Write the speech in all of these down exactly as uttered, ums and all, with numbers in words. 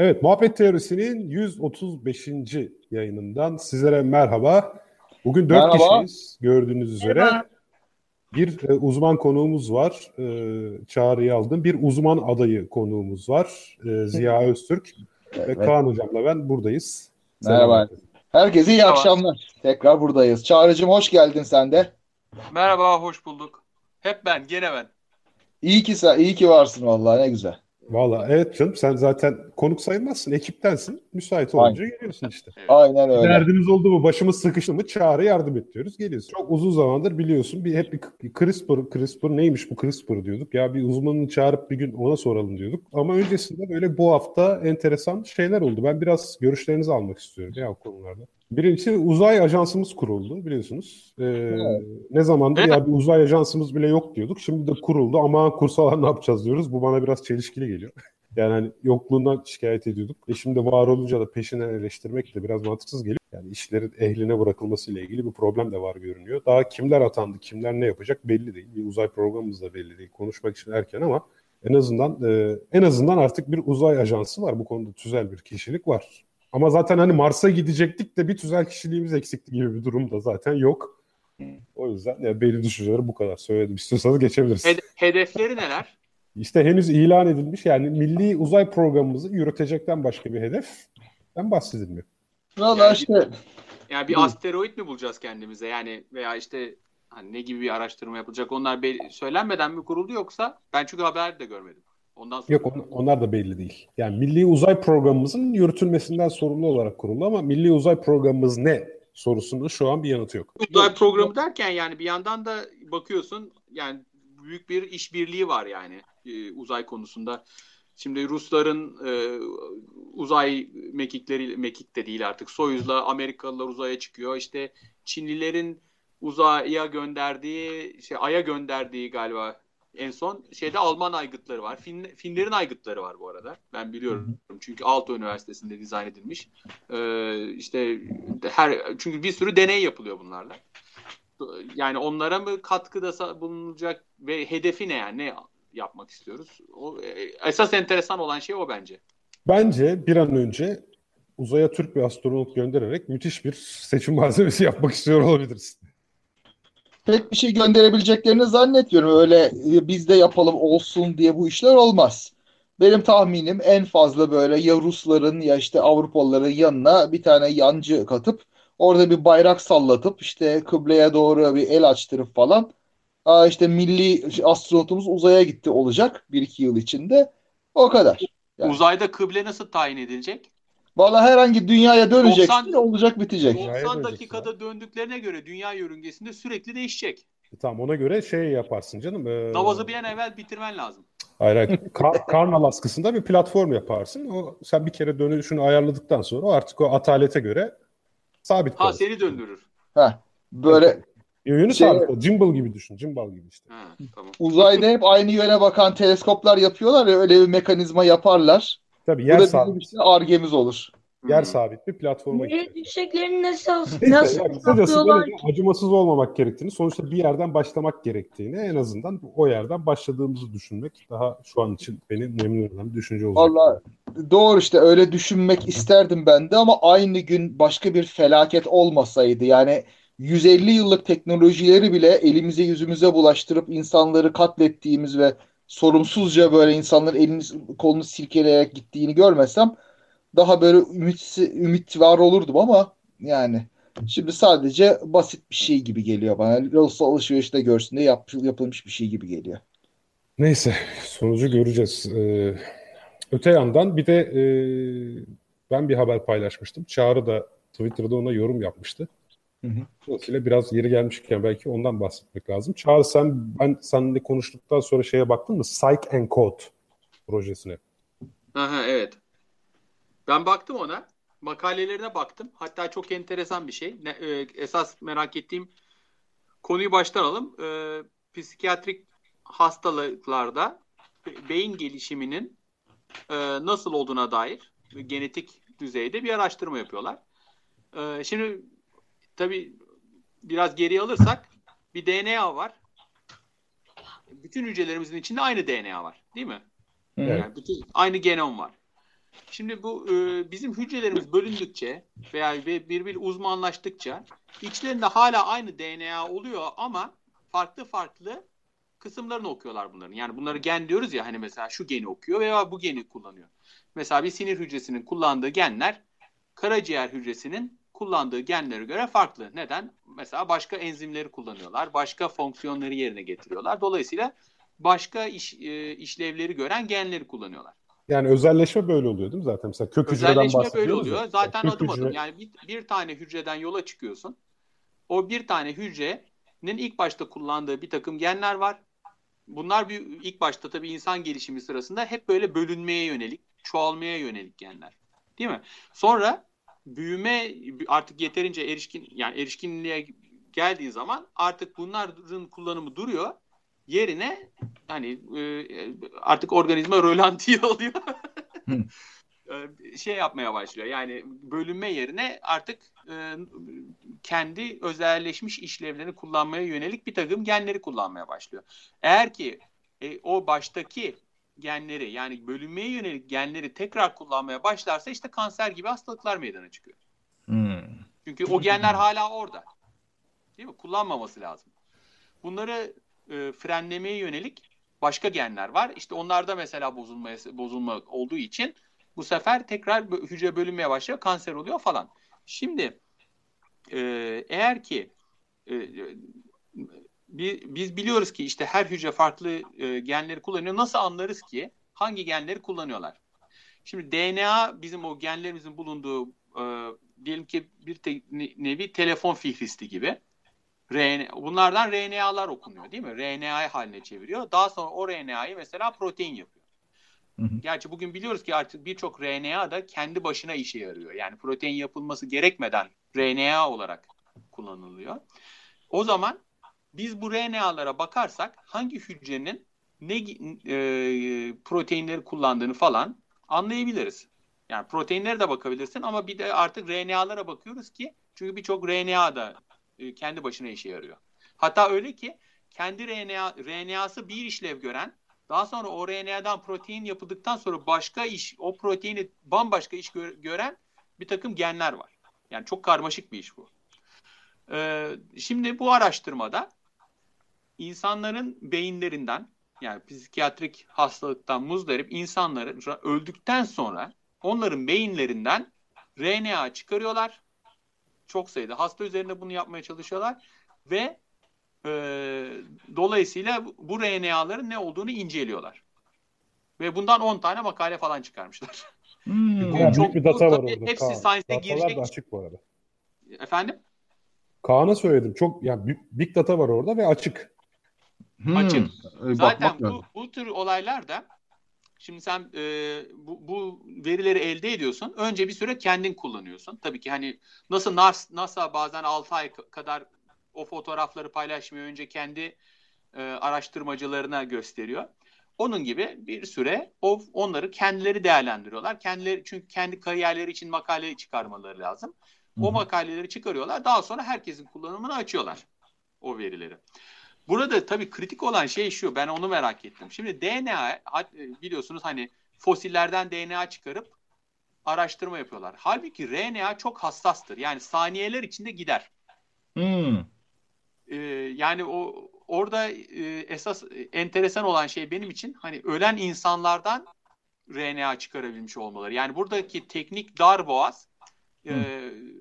Evet, Muhabbet Teorisi'nin yüz otuz beşinci yayınından sizlere merhaba. Bugün dört Merhaba. kişiyiz gördüğünüz üzere. Merhaba. Bir e, uzman konuğumuz var. E, çağrıyı aldım. Bir uzman adayı konuğumuz var. E, Ziya Öztürk ve Evet, Kaan Hocam'la ben buradayız. Selam merhaba. herkese. Herkese iyi Merhaba. akşamlar. Tekrar buradayız. Çağrı'cığım hoş geldin sen de. Merhaba, hoş bulduk. Hep ben, gene ben. İyi ki sen, iyi ki varsın vallahi ne güzel. Valla evet canım, sen zaten konuk sayılmazsın, ekiptensin. Müsait Aynen, olunca geliyorsun işte. Evet. aynen Bir öyle. derdimiz oldu mu, başımız sıkıştı mı çağrı yardım et diyoruz. Geliyorsun. Çok uzun zamandır biliyorsun bir hep bir CRISPR, CRISPR neymiş bu CRISPR diyorduk. Ya bir uzmanını çağırıp bir gün ona soralım diyorduk. Ama öncesinde böyle bu hafta enteresan şeyler oldu. Ben biraz görüşlerinizi almak istiyorum ya o konularda. Birincisi uzay ajansımız kuruldu biliyorsunuz. Ee, Evet. ne zamandır Evet. ya bir uzay ajansımız bile yok diyorduk. Şimdi de kuruldu ama kursalar ne yapacağız diyoruz. Bu bana biraz çelişkili geliyor. Yani hani yokluğundan şikayet ediyorduk. E şimdi var olunca da peşinden eleştirmek de biraz mantıksız geliyor. Yani işlerin ehline bırakılmasıyla ilgili bir problem de var görünüyor. Daha kimler atandı, kimler ne yapacak belli değil. Bir uzay programımız da belli değil. Konuşmak için erken ama en azından e, en azından artık bir uzay ajansı var. Bu konuda tüzel bir kişilik var. Ama zaten hani Mars'a gidecektik de bir tüzel kişiliğimiz eksikti gibi bir durum da zaten yok. O yüzden yani belli düşünceleri bu kadar söyledim. İstiyorsanız geçebiliriz. Hed- hedefleri neler? İşte henüz ilan edilmiş yani milli uzay programımızı yürütecekten başka bir hedeften bahsedilmiyor. Valla Yani bir, işte yani bir asteroid mi bulacağız kendimize? Yani veya işte hani ne gibi bir araştırma yapılacak? Onlar be- söylenmeden mi kuruldu yoksa? Ben çünkü haber de görmedim. Ondan Yok soruyorum. on- onlar da belli değil. Yani milli uzay programımızın yürütülmesinden sorumlu olarak kuruldu ama milli uzay programımız ne sorusunun şu an bir yanıtı yok. Uzay programı derken yani bir yandan da bakıyorsun yani büyük bir işbirliği var yani e, uzay konusunda. Şimdi Rusların e, uzay mekikleri, mekik de değil artık, Soyuz'la Amerikalılar uzaya çıkıyor. İşte Çinlilerin uzaya gönderdiği, şey Ay'a gönderdiği galiba en son şeyde Alman aygıtları var. Fin, Finlerin aygıtları var bu arada. Ben biliyorum çünkü Aalto Üniversitesi'nde dizayn edilmiş. Ee, işte her çünkü bir sürü deney yapılıyor bunlarla. Yani onlara mı katkıda bulunacak ve hedefi ne yani ne yapmak istiyoruz? O esas enteresan olan şey o bence. Bence bir an önce uzaya Türk bir astronot göndererek müthiş bir seçim malzemesi yapmak istiyor olabiliriz. pek bir şey gönderebileceklerini zannetmiyorum. Öyle e, biz de yapalım olsun diye bu işler olmaz. Benim tahminim en fazla böyle ya Rusların ya işte Avrupalıların yanına bir tane yancı katıp orada bir bayrak sallatıp işte kıbleye doğru bir el açtırıp falan. Aa işte milli astronotumuz uzaya gitti olacak bir iki yıl içinde. O kadar. Yani. Uzayda kıble nasıl tayin edilecek? Vallahi herhangi dünyaya döneceksin doksan olacak bitecek. Dünyaya doksan döneceksin abi. dakikada döndüklerine göre dünya yörüngesinde sürekli değişecek. E tamam ona göre şey yaparsın canım. E, Namazı bir an evvel bitirmen lazım. hayır, hayır. Ka- Karnal askısında bir platform yaparsın. O sen bir kere dönüşünü ayarladıktan sonra o artık o atalete göre sabit Ha, kalır. seni döndürür. Heh, Tabii böyle tabii. Yönü şey sabit kalır. Gimbal gibi düşün. Gimbal gibi işte. Ha, tamam. uzayda hep aynı yöne bakan teleskoplar yapıyorlar ya öyle bir mekanizma yaparlar. Tabii Bu yer da bizim sabit. işte Ar-Ge'miz olur. Yer Hmm. sabit bir platforma Nereye gidecek. düşeceklerini nasıl Neyse nasıl ya kısacası böyle hesaplıyorlar bir ki? acımasız olmamak gerektiğini, sonuçta bir yerden başlamak gerektiğini, en azından o yerden başladığımızı düşünmek daha şu an için beni memnun eden bir düşünce olacak. Vallahi doğru işte öyle düşünmek isterdim ben de ama aynı gün başka bir felaket olmasaydı yani yüz elli yıllık teknolojileri bile elimize yüzümüze bulaştırıp insanları katlettiğimiz ve sorumsuzca böyle insanların elini kolunu silkeleyerek gittiğini görmesem daha böyle ümit, ümit var olurdum ama yani şimdi sadece basit bir şey gibi geliyor bana. Ulusal alışverişte görsün diye yap, yapılmış bir şey gibi geliyor. Neyse sonucu göreceğiz. Ee, öte yandan bir de e, ben bir haber paylaşmıştım. Çağrı da Twitter'da ona yorum yapmıştı. Hı hı. Dolayısıyla biraz yeri gelmişken belki ondan bahsetmek lazım. Çağrı sen ben seninle konuştuktan sonra şeye baktın mı? Psych and Code projesine. Aha, evet. Ben baktım ona. Makalelerine baktım. Hatta çok enteresan bir şey. Ne, e, esas merak ettiğim konuyu baştan alalım. E, psikiyatrik hastalıklarda be- beyin gelişiminin e, nasıl olduğuna dair genetik düzeyde bir araştırma yapıyorlar. E, şimdi tabii biraz geriye alırsak bir D N A var. Bütün hücrelerimizin içinde aynı D N A var, değil mi? Hı hı. Evet. Yani bütün aynı genom var. Şimdi bu e, bizim hücrelerimiz bölündükçe veya birbiri uzmanlaştıkça içlerinde hala aynı D N A oluyor ama farklı farklı kısımlarını okuyorlar bunların. Yani bunları gen diyoruz ya, hani mesela şu geni okuyor veya bu geni kullanıyor. Mesela bir sinir hücresinin kullandığı genler karaciğer hücresinin kullandığı genlere göre farklı. Neden? Mesela başka enzimleri kullanıyorlar, başka fonksiyonları yerine getiriyorlar. Dolayısıyla başka iş, e, işlevleri gören genleri kullanıyorlar. Yani özelleşme böyle oluyor değil mi zaten? Mesela kök hücreden Özelleşme böyle bahsediyoruz ya. oluyor. Zaten Kök adım adım. hücre Yani bir, bir tane hücreden yola çıkıyorsun. O bir tane hücrenin ilk başta kullandığı bir takım genler var. Bunlar bir, ilk başta tabii insan gelişimi sırasında hep böyle bölünmeye yönelik, çoğalmaya yönelik genler. Değil mi? Sonra büyüme artık yeterince erişkin, yani erişkinliğe geldiği zaman artık bunların kullanımı duruyor. Yerine hani e, artık organizma rölantiye alıyor. Şey yapmaya başlıyor. Yani bölünme yerine artık e, kendi özelleşmiş işlevlerini kullanmaya yönelik bir takım genleri kullanmaya başlıyor. Eğer ki e, o baştaki genleri, yani bölünmeye yönelik genleri tekrar kullanmaya başlarsa işte kanser gibi hastalıklar meydana çıkıyor. Hmm. Çünkü o genler hala orada. Değil mi? Kullanmaması lazım. Bunları e, frenlemeye yönelik başka genler var. İşte onlarda mesela bozulma, bozulma olduğu için bu sefer tekrar hücre bölünmeye başlıyor, kanser oluyor falan. Şimdi e, eğer ki e, biz biliyoruz ki işte her hücre farklı e, genleri kullanıyor. Nasıl anlarız ki hangi genleri kullanıyorlar? Şimdi D N A bizim o genlerimizin bulunduğu e, diyelim ki bir te, nevi telefon fihristi gibi. R N A, bunlardan R N A'lar okunuyor değil mi? R N A haline çeviriyor. Daha sonra o R N A'yı mesela protein yapıyor. Hı hı. Gerçi bugün biliyoruz ki artık birçok R N A da kendi başına işe yarıyor. Yani protein yapılması gerekmeden R N A olarak kullanılıyor. O zaman biz bu R N A'lara bakarsak hangi hücrenin ne e, proteinleri kullandığını falan anlayabiliriz. Yani proteinlere de bakabilirsin ama bir de artık R N A'lara bakıyoruz ki çünkü birçok R N A da e, kendi başına işe yarıyor. Hatta öyle ki kendi R N A, R N A'sı bir işlev gören, daha sonra o R N A'dan protein yapıldıktan sonra başka iş, o proteini bambaşka iş gö- gören bir takım genler var. Yani çok karmaşık bir iş bu. Ee, şimdi bu araştırmada insanların beyinlerinden, yani psikiyatrik hastalıktan muzdarip insanları öldükten sonra onların beyinlerinden R N A çıkarıyorlar. Çok sayıda hasta üzerinde bunu yapmaya çalışıyorlar ve e, dolayısıyla bu R N A'ların ne olduğunu inceliyorlar. Ve bundan on tane makale falan çıkarmışlar. Hmm. bayağı büyük Çok bir data var tabii orada. hepsi Kaan. science'e Datalar da girecek. açık bu arada. Efendim? Kaan'a söyledim. Çok yani big, big data var orada ve açık. Hmm. Açık. Ee, Zaten bakmak bu, lazım. bu tür olaylar da şimdi sen e, bu, bu verileri elde ediyorsun. Önce bir süre kendin kullanıyorsun. Tabii ki hani nasıl NASA, NASA bazen altı ay kadar o fotoğrafları paylaşmıyor. Önce kendi e, araştırmacılarına gösteriyor. Onun gibi bir süre o, onları kendileri değerlendiriyorlar. Kendileri, çünkü kendi kariyerleri için makale çıkarmaları lazım. O Hı hı. makaleleri çıkarıyorlar. Daha sonra herkesin kullanımını açıyorlar o verileri. Burada tabii kritik olan şey şu, ben onu merak ettim. Şimdi D N A biliyorsunuz hani fosillerden D N A çıkarıp araştırma yapıyorlar. Halbuki R N A çok hassastır. Yani saniyeler içinde gider. Hmm. Ee, yani o orada e, esas enteresan olan şey benim için hani ölen insanlardan R N A çıkarabilmiş olmaları. Yani buradaki teknik darboğaz e,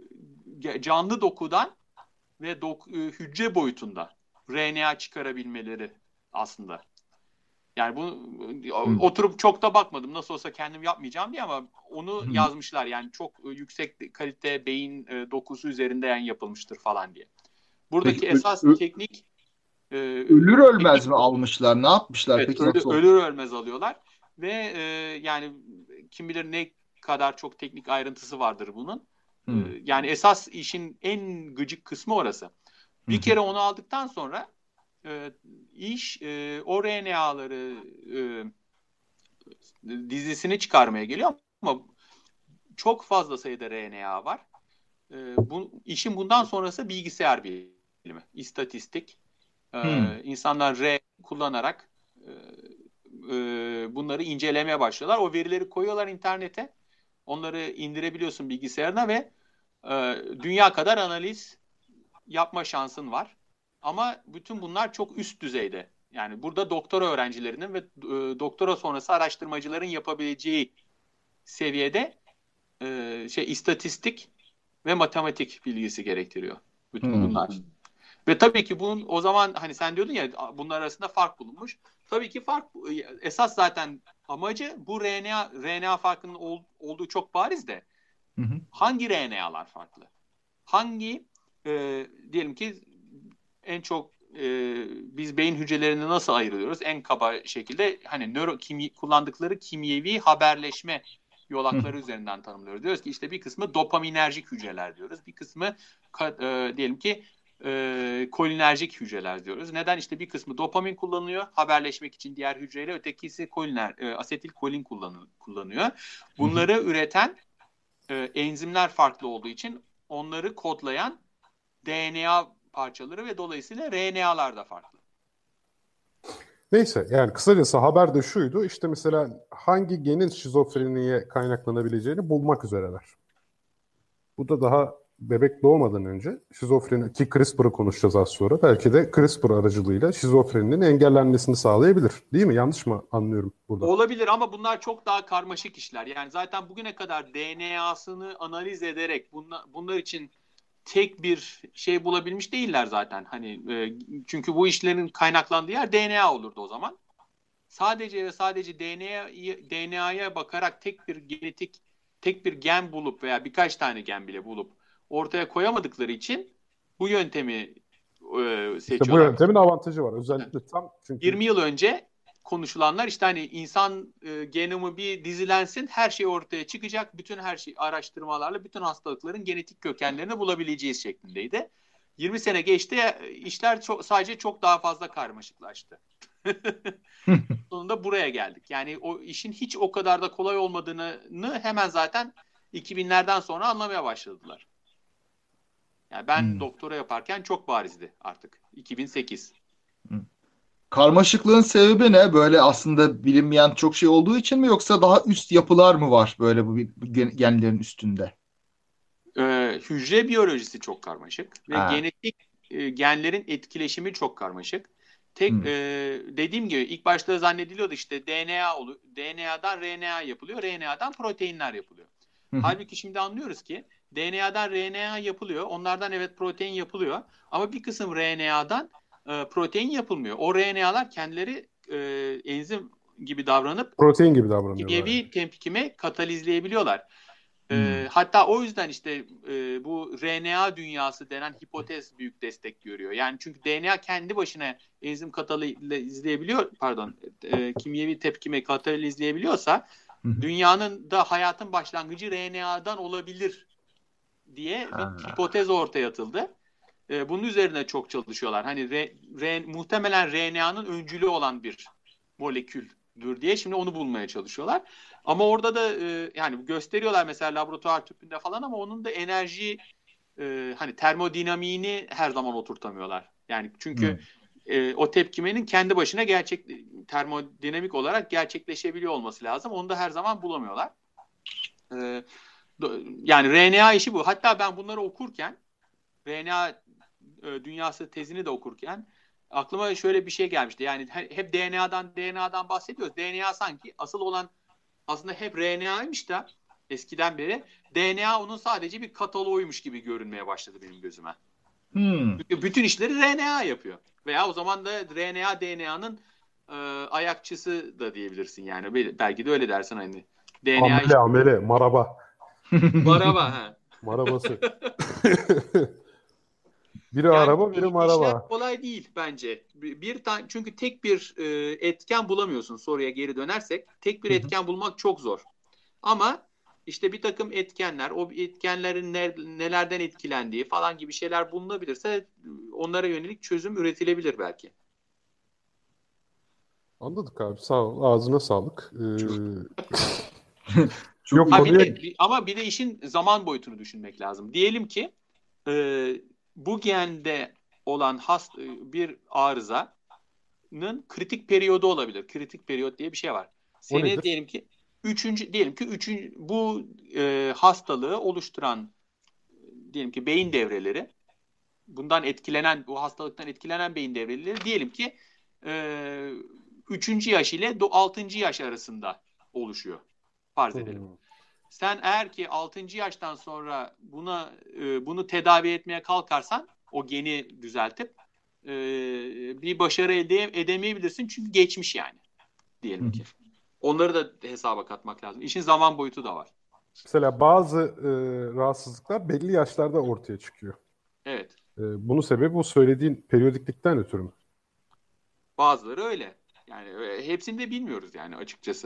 canlı dokudan ve dok, e, hücre boyutunda R N A çıkarabilmeleri aslında. Yani bunu Hmm. oturup çok da bakmadım. Nasıl olsa kendim yapmayacağım diye ama onu Hmm. yazmışlar. Yani çok yüksek kalite beyin e, dokusu üzerinde yani yapılmıştır falan diye. Buradaki Peki ö- esas ö- teknik e, ölür ölmez teknik mi almışlar? Ne yapmışlar? evet, Peki ölü, nasıl oldu? ölür ölmez alıyorlar ve e, yani kim bilir ne kadar çok teknik ayrıntısı vardır bunun. E, Hmm. yani esas işin en gıcık kısmı orası. Bir Hı hı. kere onu aldıktan sonra e, iş e, o R N A'ları e, dizisini çıkarmaya geliyor ama çok fazla sayıda R N A var. E, bu işin bundan sonrası bilgisayar bilimi, istatistik. E, Hmm. insanlar R kullanarak e, e, bunları incelemeye başlıyorlar. O verileri koyuyorlar internete Onları indirebiliyorsun bilgisayarına ve e, dünya kadar analiz yapma şansın var. Ama bütün bunlar çok üst düzeyde. Yani burada doktora öğrencilerinin ve e, doktora sonrası araştırmacıların yapabileceği seviyede e, şey istatistik ve matematik bilgisi gerektiriyor bütün Hmm. bunlar. Ve tabii ki bunun o zaman hani sen diyordun ya bunlar arasında fark bulunmuş. Tabii ki fark esas zaten amacı bu R N A R N A farkının ol, olduğu çok bariz de Hı hı. hangi R N A'lar farklı? Hangi e, diyelim ki en çok e, biz beyin hücrelerini nasıl ayırıyoruz? En kaba şekilde hani nöro kimi, kullandıkları kimyevi haberleşme yolakları üzerinden tanımlıyoruz. Diyoruz ki işte bir kısmı dopaminerjik hücreler diyoruz. Bir kısmı e, diyelim ki e, kolinerjik hücreler diyoruz. Neden? İşte bir kısmı dopamin kullanıyor haberleşmek için diğer hücreyle, ötekisi koliner, e, asetilkolin kullanıyor. kullanıyor. Bunları üreten e, enzimler farklı olduğu için onları kodlayan D N A parçaları ve dolayısıyla R N A'lar da farklı. Neyse yani kısacası haber de şuydu. İşte mesela hangi genin şizofreniye kaynaklanabileceğini bulmak üzereler. Bu da daha bebek doğmadan önce şizofreni, ki CRISPR'ı konuşacağız az sonra. Belki de CRISPR aracılığıyla şizofreninin engellenmesini sağlayabilir. Değil mi? Yanlış mı anlıyorum burada? Olabilir ama bunlar çok daha karmaşık işler. Yani zaten bugüne kadar D N A'sını analiz ederek bunlar, bunlar için tek bir şey bulabilmiş değiller zaten. Hani e, çünkü bu işlerin kaynaklandığı yer D N A olurdu o zaman. Sadece ve sadece D N A'ya D N A'ya bakarak tek bir genetik tek bir gen bulup veya birkaç tane gen bile bulup ortaya koyamadıkları için bu yöntemi e, seçiyorlar. İşte bu yöntemin avantajı var. Özellikle evet. Tam çünkü yirmi yıl önce konuşulanlar işte hani insan e, genomu bir dizilensin, her şey ortaya çıkacak, bütün her şey araştırmalarla bütün hastalıkların genetik kökenlerini bulabileceğiz şeklindeydi. yirmi sene geçti, işler çok, sadece çok daha fazla karmaşıklaştı. Sonunda buraya geldik. Yani o işin hiç o kadar da kolay olmadığını hemen zaten iki binlerden sonra anlamaya başladılar. Yani ben hmm. doktora yaparken çok barizdi artık. iki bin sekiz. Hmm. Karmaşıklığın sebebi ne? Böyle aslında bilinmeyen çok şey olduğu için mi, yoksa daha üst yapılar mı var böyle bu genlerin üstünde? Ee, hücre biyolojisi çok karmaşık ve ha. genetik e, genlerin etkileşimi çok karmaşık. Tek hmm. e, dediğim gibi ilk başta zannediliyordu işte D N A oluyor. D N A'dan R N A yapılıyor. R N A'dan proteinler yapılıyor. Hmm. Halbuki şimdi anlıyoruz ki D N A'dan R N A yapılıyor. Onlardan evet protein yapılıyor. Ama bir kısım R N A'dan e, protein yapılmıyor. O R N A'lar kendileri e, enzim gibi davranıp protein gibi davranıyorlar. Kimyevi yani. Tepkime katalizleyebiliyorlar. Hmm. E, hatta o yüzden işte e, bu R N A dünyası denen hipotez büyük destek görüyor. Yani çünkü D N A kendi başına enzim katalizleyebiliyor, pardon, e, kimyevi tepkime katalizleyebiliyorsa hmm. dünyanın da hayatın başlangıcı R N A'dan olabilir diye ha. bir hipotez ortaya atıldı. E, bunun üzerine çok çalışıyorlar. Hani re, re, muhtemelen R N A'nın öncülü olan bir moleküldür diye şimdi onu bulmaya çalışıyorlar. Ama orada da e, yani gösteriyorlar mesela laboratuvar tüpünde falan, ama onun da enerji e, hani termodinamiğini her zaman oturtamıyorlar. Yani çünkü hmm. e, o tepkimenin kendi başına gerçek termodinamik olarak gerçekleşebiliyor olması lazım. Onu da her zaman bulamıyorlar. E, yani R N A işi bu. Hatta ben bunları okurken R N A e, dünyası tezini de okurken aklıma şöyle bir şey gelmişti. Yani hep D N A'dan D N A'dan bahsediyoruz. D N A sanki asıl olan aslında hep R N A'ymış da eskiden beri D N A onun sadece bir kataloğuymuş gibi görünmeye başladı benim gözüme. Hmm. Çünkü bütün işleri R N A yapıyor. Veya o zaman da R N A D N A'nın e, ayakçısı da diyebilirsin yani. Belki de öyle dersin hani. D N A amele, işte... amele, maraba. Maraba ha. Marabası. Biri yani araba, biri maraba. İşler kolay değil bence. Bir, bir tane çünkü tek bir e, etken bulamıyorsun. Soruya geri dönersek tek bir etken bulmak çok zor. Ama işte bir takım etkenler, o etkenlerin ne, nelerden etkilendiği falan gibi şeyler bulunabilirse onlara yönelik çözüm üretilebilir belki. Anladık abi. Sağ ol. Ağzına sağlık. Ee... Yok, ha, bir de, ama bir de işin zaman boyutunu düşünmek lazım. Diyelim ki e, bu gende olan hast bir arızanın kritik periyodu olabilir. Kritik periyot diye bir şey var. Seni diyelim ki üçüncü diyelim ki üçüncü, bu e, hastalığı oluşturan diyelim ki beyin devreleri, bundan etkilenen, bu hastalıktan etkilenen beyin devreleri diyelim ki e, üçüncü yaş ile altıncı yaş arasında oluşuyor. Farz edelim. Hmm. Sen eğer ki altıncı yaştan sonra buna e, bunu tedavi etmeye kalkarsan, o geni düzeltip e, bir başarı ede edemeyebilirsin çünkü geçmiş yani diyelim ki. Onları da hesaba katmak lazım. İşin zaman boyutu da var. Mesela bazı e, rahatsızlıklar belli yaşlarda ortaya çıkıyor. Evet. E, bunun sebebi bu söylediğin periyodiklikten ötürü mü? Bazıları öyle. Yani e, hepsini de bilmiyoruz yani açıkçası.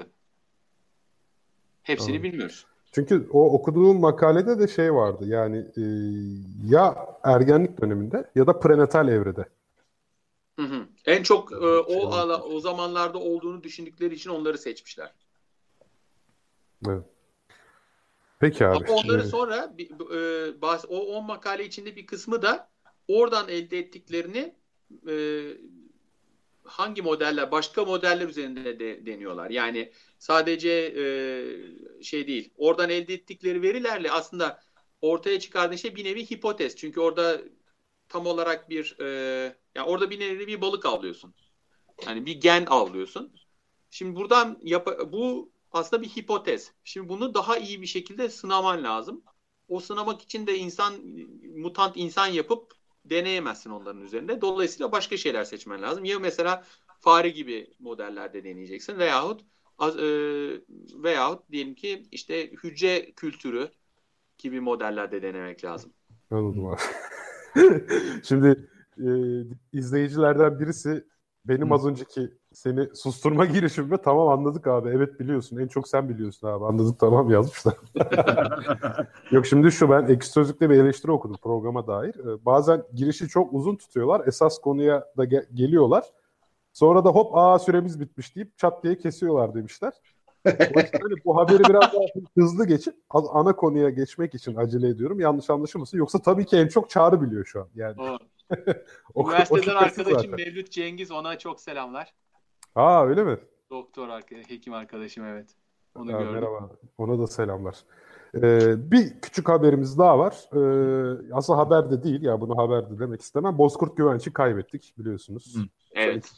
Hepsini Anladım. bilmiyoruz. Çünkü o okuduğum makalede de şey vardı. Yani e, ya ergenlik döneminde ya da prenatal evrede. Hı hı. En çok e, o Şey ala, o zamanlarda olduğunu düşündükleri için onları seçmişler. Evet. Peki abi. Ama onları E, sonra bir- e, bahs- o on makale içinde bir kısmı da oradan elde ettiklerini e, hangi modeller, başka modeller üzerinde de deniyorlar. Yani sadece e, şey değil. Oradan elde ettikleri verilerle aslında ortaya çıkardığı şey bir nevi hipotez. Çünkü orada tam olarak bir e, yani orada bir nevi bir balık avlıyorsun. Yani bir gen avlıyorsun. Şimdi buradan yap- bu aslında bir hipotez. Şimdi bunu daha iyi bir şekilde sınaman lazım. O sınamak için de insan mutant insan yapıp deneyemezsin onların üzerinde. Dolayısıyla başka şeyler seçmen lazım. Ya mesela fare gibi modellerde deneyeceksin veyahut az- e, veyahut diyelim ki işte hücre kültürü gibi modellerde denemek lazım. Anladım abi. Şimdi e, izleyicilerden birisi benim Hı. az önceki seni susturma girişimime tamam anladık abi. Evet biliyorsun. En çok sen biliyorsun abi. Anladık tamam yazmışlar. Yok şimdi şu ben Ekşi Sözlük'te bir eleştiri okudum programa dair. Ee, bazen girişi çok uzun tutuyorlar. Esas konuya da ge- geliyorlar. Sonra da hop aa süremiz bitmiş deyip çat diye kesiyorlar demişler. O yüzden hani bu haberi biraz daha hızlı geçip a- ana konuya geçmek için acele ediyorum. Yanlış anlaşılmasın. Yoksa tabii ki en çok Çağrı biliyor şu an. Yani O, o, o üniversiteden şüphesiz arkadaşım zaten. Mevlüt Cengiz, ona çok selamlar. Aa öyle mi? Doktor arkadaş, hekim arkadaşım, evet. Onu Aa, gördüm. merhaba. Ona da selamlar. Ee, bir küçük haberimiz daha var. Ee, aslında haber de değil ya bunu haber de demek istemem. Bozkurt Güvenç'i kaybettik biliyorsunuz. Hı. Evet.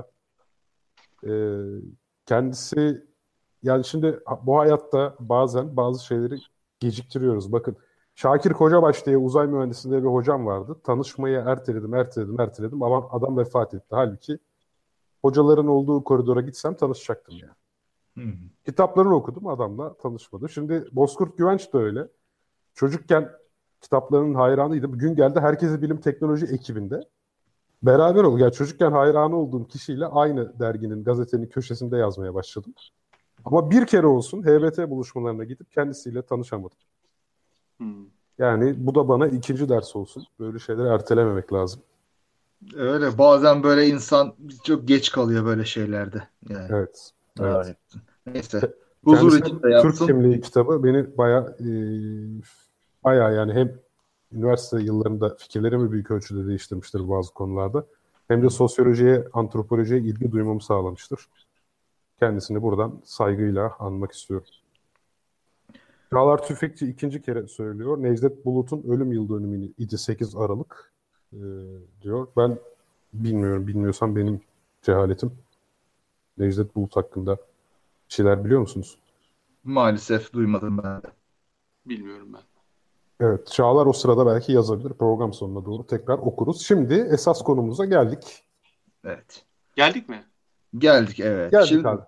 Ee, kendisi yani şimdi bu hayatta bazen bazı şeyleri geciktiriyoruz. Bakın Şakir Kocabaş diye uzay mühendisliğinde bir hocam vardı. Tanışmayı erteledim, erteledim, erteledim ama adam vefat etti. Halbuki hocaların olduğu koridora gitsem tanışacaktım yani. Hı. Kitaplarını okudum adamla tanışmadım. Şimdi Bozkurt Güvenç de öyle. Çocukken kitaplarının hayranıydım. Gün geldi herkesi bilim teknoloji ekibinde. Beraber ol. Yani çocukken hayranı olduğum kişiyle aynı derginin, gazetenin köşesinde yazmaya başladım. Ama bir kere olsun H B T buluşmalarına gidip kendisiyle tanışamadım. Hmm. Yani bu da bana ikinci ders olsun. Böyle şeyleri ertelememek lazım. Öyle bazen böyle insan çok geç kalıyor böyle şeylerde. Yani. Evet. Evet. Evet. Neyse. Huzur Kendisi içinde Türk yatsın. Kimliği kitabı beni bayağı e, bayağı yani hem üniversite yıllarında fikirlerimi büyük ölçüde değiştirmiştir bazı konularda. Hem de sosyolojiye, antropolojiye ilgi duymamı sağlamıştır. Kendisini buradan saygıyla anmak istiyorum. Çağlar Tüfekçi ikinci kere söylüyor. Necdet Bulut'un ölüm yıl dönümü idi sekiz Aralık e, diyor. Ben bilmiyorum. Bilmiyorsam benim cehaletim. Necdet Bulut hakkında bir şeyler biliyor musunuz? Maalesef duymadım ben de. Bilmiyorum ben. Evet. Çağlar o sırada belki yazabilir. Program sonuna doğru tekrar okuruz. Şimdi esas konumuza geldik. Evet. Geldik mi? Geldik evet. Geldik Şimdi abi.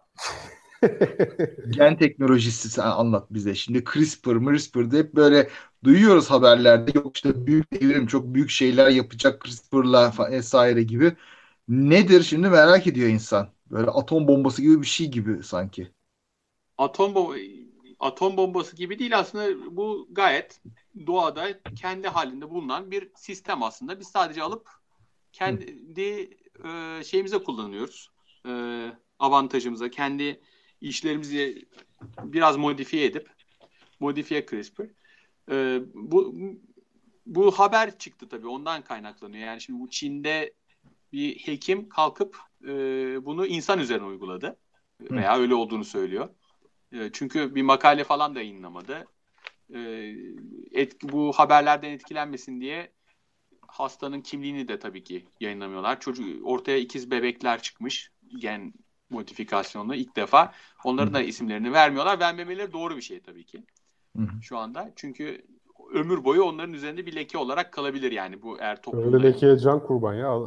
gen teknolojisi sen anlat bize. Şimdi CRISPR, MRISPR'da hep böyle duyuyoruz haberlerde. Yok işte büyük devrim, çok büyük şeyler yapacak CRISPR'la fa- vesaire gibi. Nedir şimdi merak ediyor insan. Böyle atom bombası gibi bir şey gibi sanki. Atom bomba atom bombası gibi değil aslında, bu gayet doğada kendi halinde bulunan bir sistem aslında. Biz sadece alıp kendi e, şeyimize kullanıyoruz. E, avantajımıza, kendi işlerimizi biraz modifiye edip modifiye CRISPR. E, bu bu haber çıktı tabii, ondan kaynaklanıyor. Yani şimdi bu Çin'de bir hekim kalkıp e, bunu insan üzerine uyguladı Hı. veya öyle olduğunu söylüyor. E, çünkü bir makale falan da yayınlamadı. E, etki, bu haberlerden etkilenmesin diye hastanın kimliğini de tabii ki yayınlamıyorlar. Çocuk ortaya ikiz bebekler çıkmış gen modifikasyonlu ilk defa. Onların da isimlerini vermiyorlar. Vermemeleri doğru bir şey tabii ki. Hı. Şu anda. Çünkü ömür boyu onların üzerinde bir leke olarak kalabilir yani bu eğer toplumda. Öyle lekeye can kurban ya.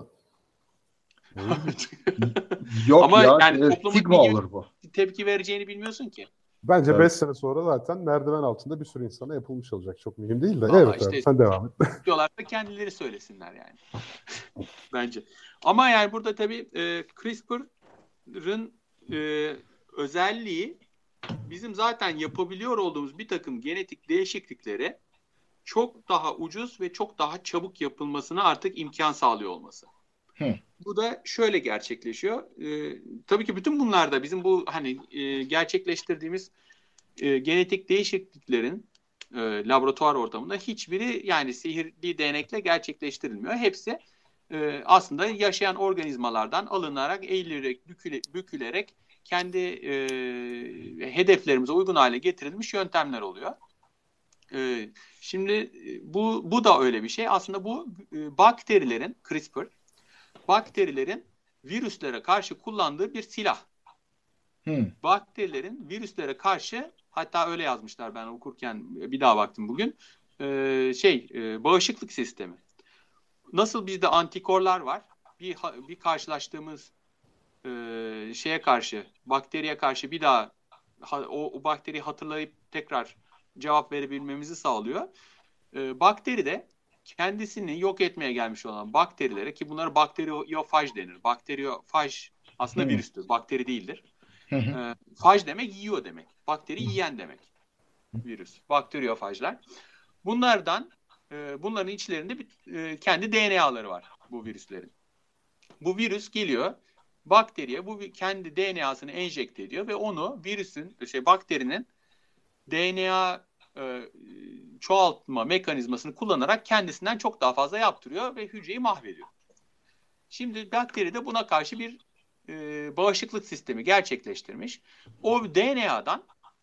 Yok Ama ya yani e, toplumun stigma ne gibi olur bu. tepki vereceğini bilmiyorsun ki. Bence Evet. beş sene sonra zaten merdiven altında bir sürü insana yapılmış olacak. Çok mühim değil de. Vallahi Evet işte abi sen devam et. diyorlarsa kendileri söylesinler yani. Bence. Ama yani burada tabii e, CRISPR'ın e, özelliği bizim zaten yapabiliyor olduğumuz bir takım genetik değişiklikleri çok daha ucuz ve çok daha çabuk yapılmasına artık imkan sağlıyor olması. Hı. Bu da şöyle gerçekleşiyor. Ee, tabii ki bütün bunlarda bizim bu hani e, gerçekleştirdiğimiz e, genetik değişikliklerin e, laboratuvar ortamında hiçbiri yani sihirli değnekle gerçekleştirilmiyor. Hepsi e, aslında yaşayan organizmalardan alınarak, eğilerek, büküle, bükülerek kendi e, hedeflerimize uygun hale getirilmiş yöntemler oluyor. E, şimdi bu bu da öyle bir şey. Aslında bu e, bakterilerin CRISPR bakterilerin virüslere karşı kullandığı bir silah. Hı. Bakterilerin virüslere karşı hatta öyle yazmışlar ben okurken bir daha baktım bugün e, şey e, bağışıklık sistemi. Nasıl bizde antikorlar var bir bir karşılaştığımız e, şeye karşı bakteriye karşı bir daha o, o bakteriyi hatırlayıp tekrar cevap verebilmemizi sağlıyor. E, bakteri de kendisini yok etmeye gelmiş olan bakterilere ki bunlara bakteriyofaj denir. Bakteriyofaj aslında Hı. virüstür. Bakteri değildir. Hı hı. E, faj demek yiyor demek. Bakteri yiyen demek. Virüs. Bakteriyofajlar. Bunlardan e, bunların içlerinde bir, e, kendi D N A'ları var bu virüslerin. Bu virüs geliyor bakteriye bu kendi D N A'sını enjekte ediyor ve onu virüsün şey bakterinin D N A e, çoğaltma mekanizmasını kullanarak kendisinden çok daha fazla yaptırıyor ve hücreyi mahvediyor. Şimdi bakteri de buna karşı bir e, bağışıklık sistemi gerçekleştirmiş. O D N A'dan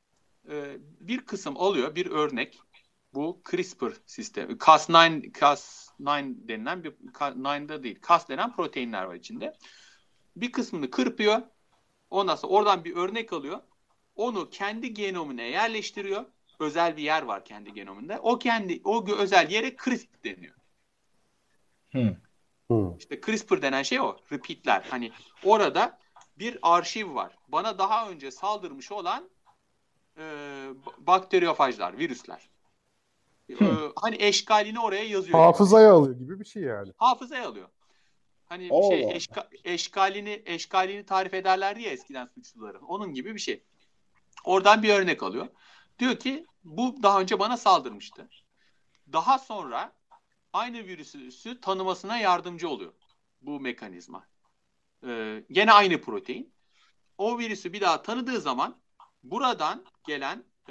e, bir kısım alıyor, bir örnek. Bu CRISPR sistemi. Cas dokuz, Cas dokuz denilen bir dokuzda değil, Cas denen proteinler var içinde. Bir kısmını kırpıyor. Ondan sonra oradan bir örnek alıyor. Onu kendi genomuna yerleştiriyor. Özel bir yer var kendi genomunda. O kendi o özel yere CRISPR deniyor. Hı. Hı. İşte CRISPR denen şey o. Repeatler. Hani orada bir arşiv var. Bana daha önce saldırmış olan e, bakteriyofajlar, virüsler. E, hani eşkalini oraya yazıyor. Hafızaya alıyor gibi bir şey yani. Hafızaya alıyor. Hani Allah şey Allah. eşka, eşkalini eşkalini tarif ederlerdi ya eskiden suçluların. Onun gibi bir şey. Oradan bir örnek alıyor. Diyor ki bu daha önce bana saldırmıştı. Daha sonra aynı virüsü tanımasına yardımcı oluyor bu mekanizma. Ee, gene aynı protein. O virüsü bir daha tanıdığı zaman buradan gelen e,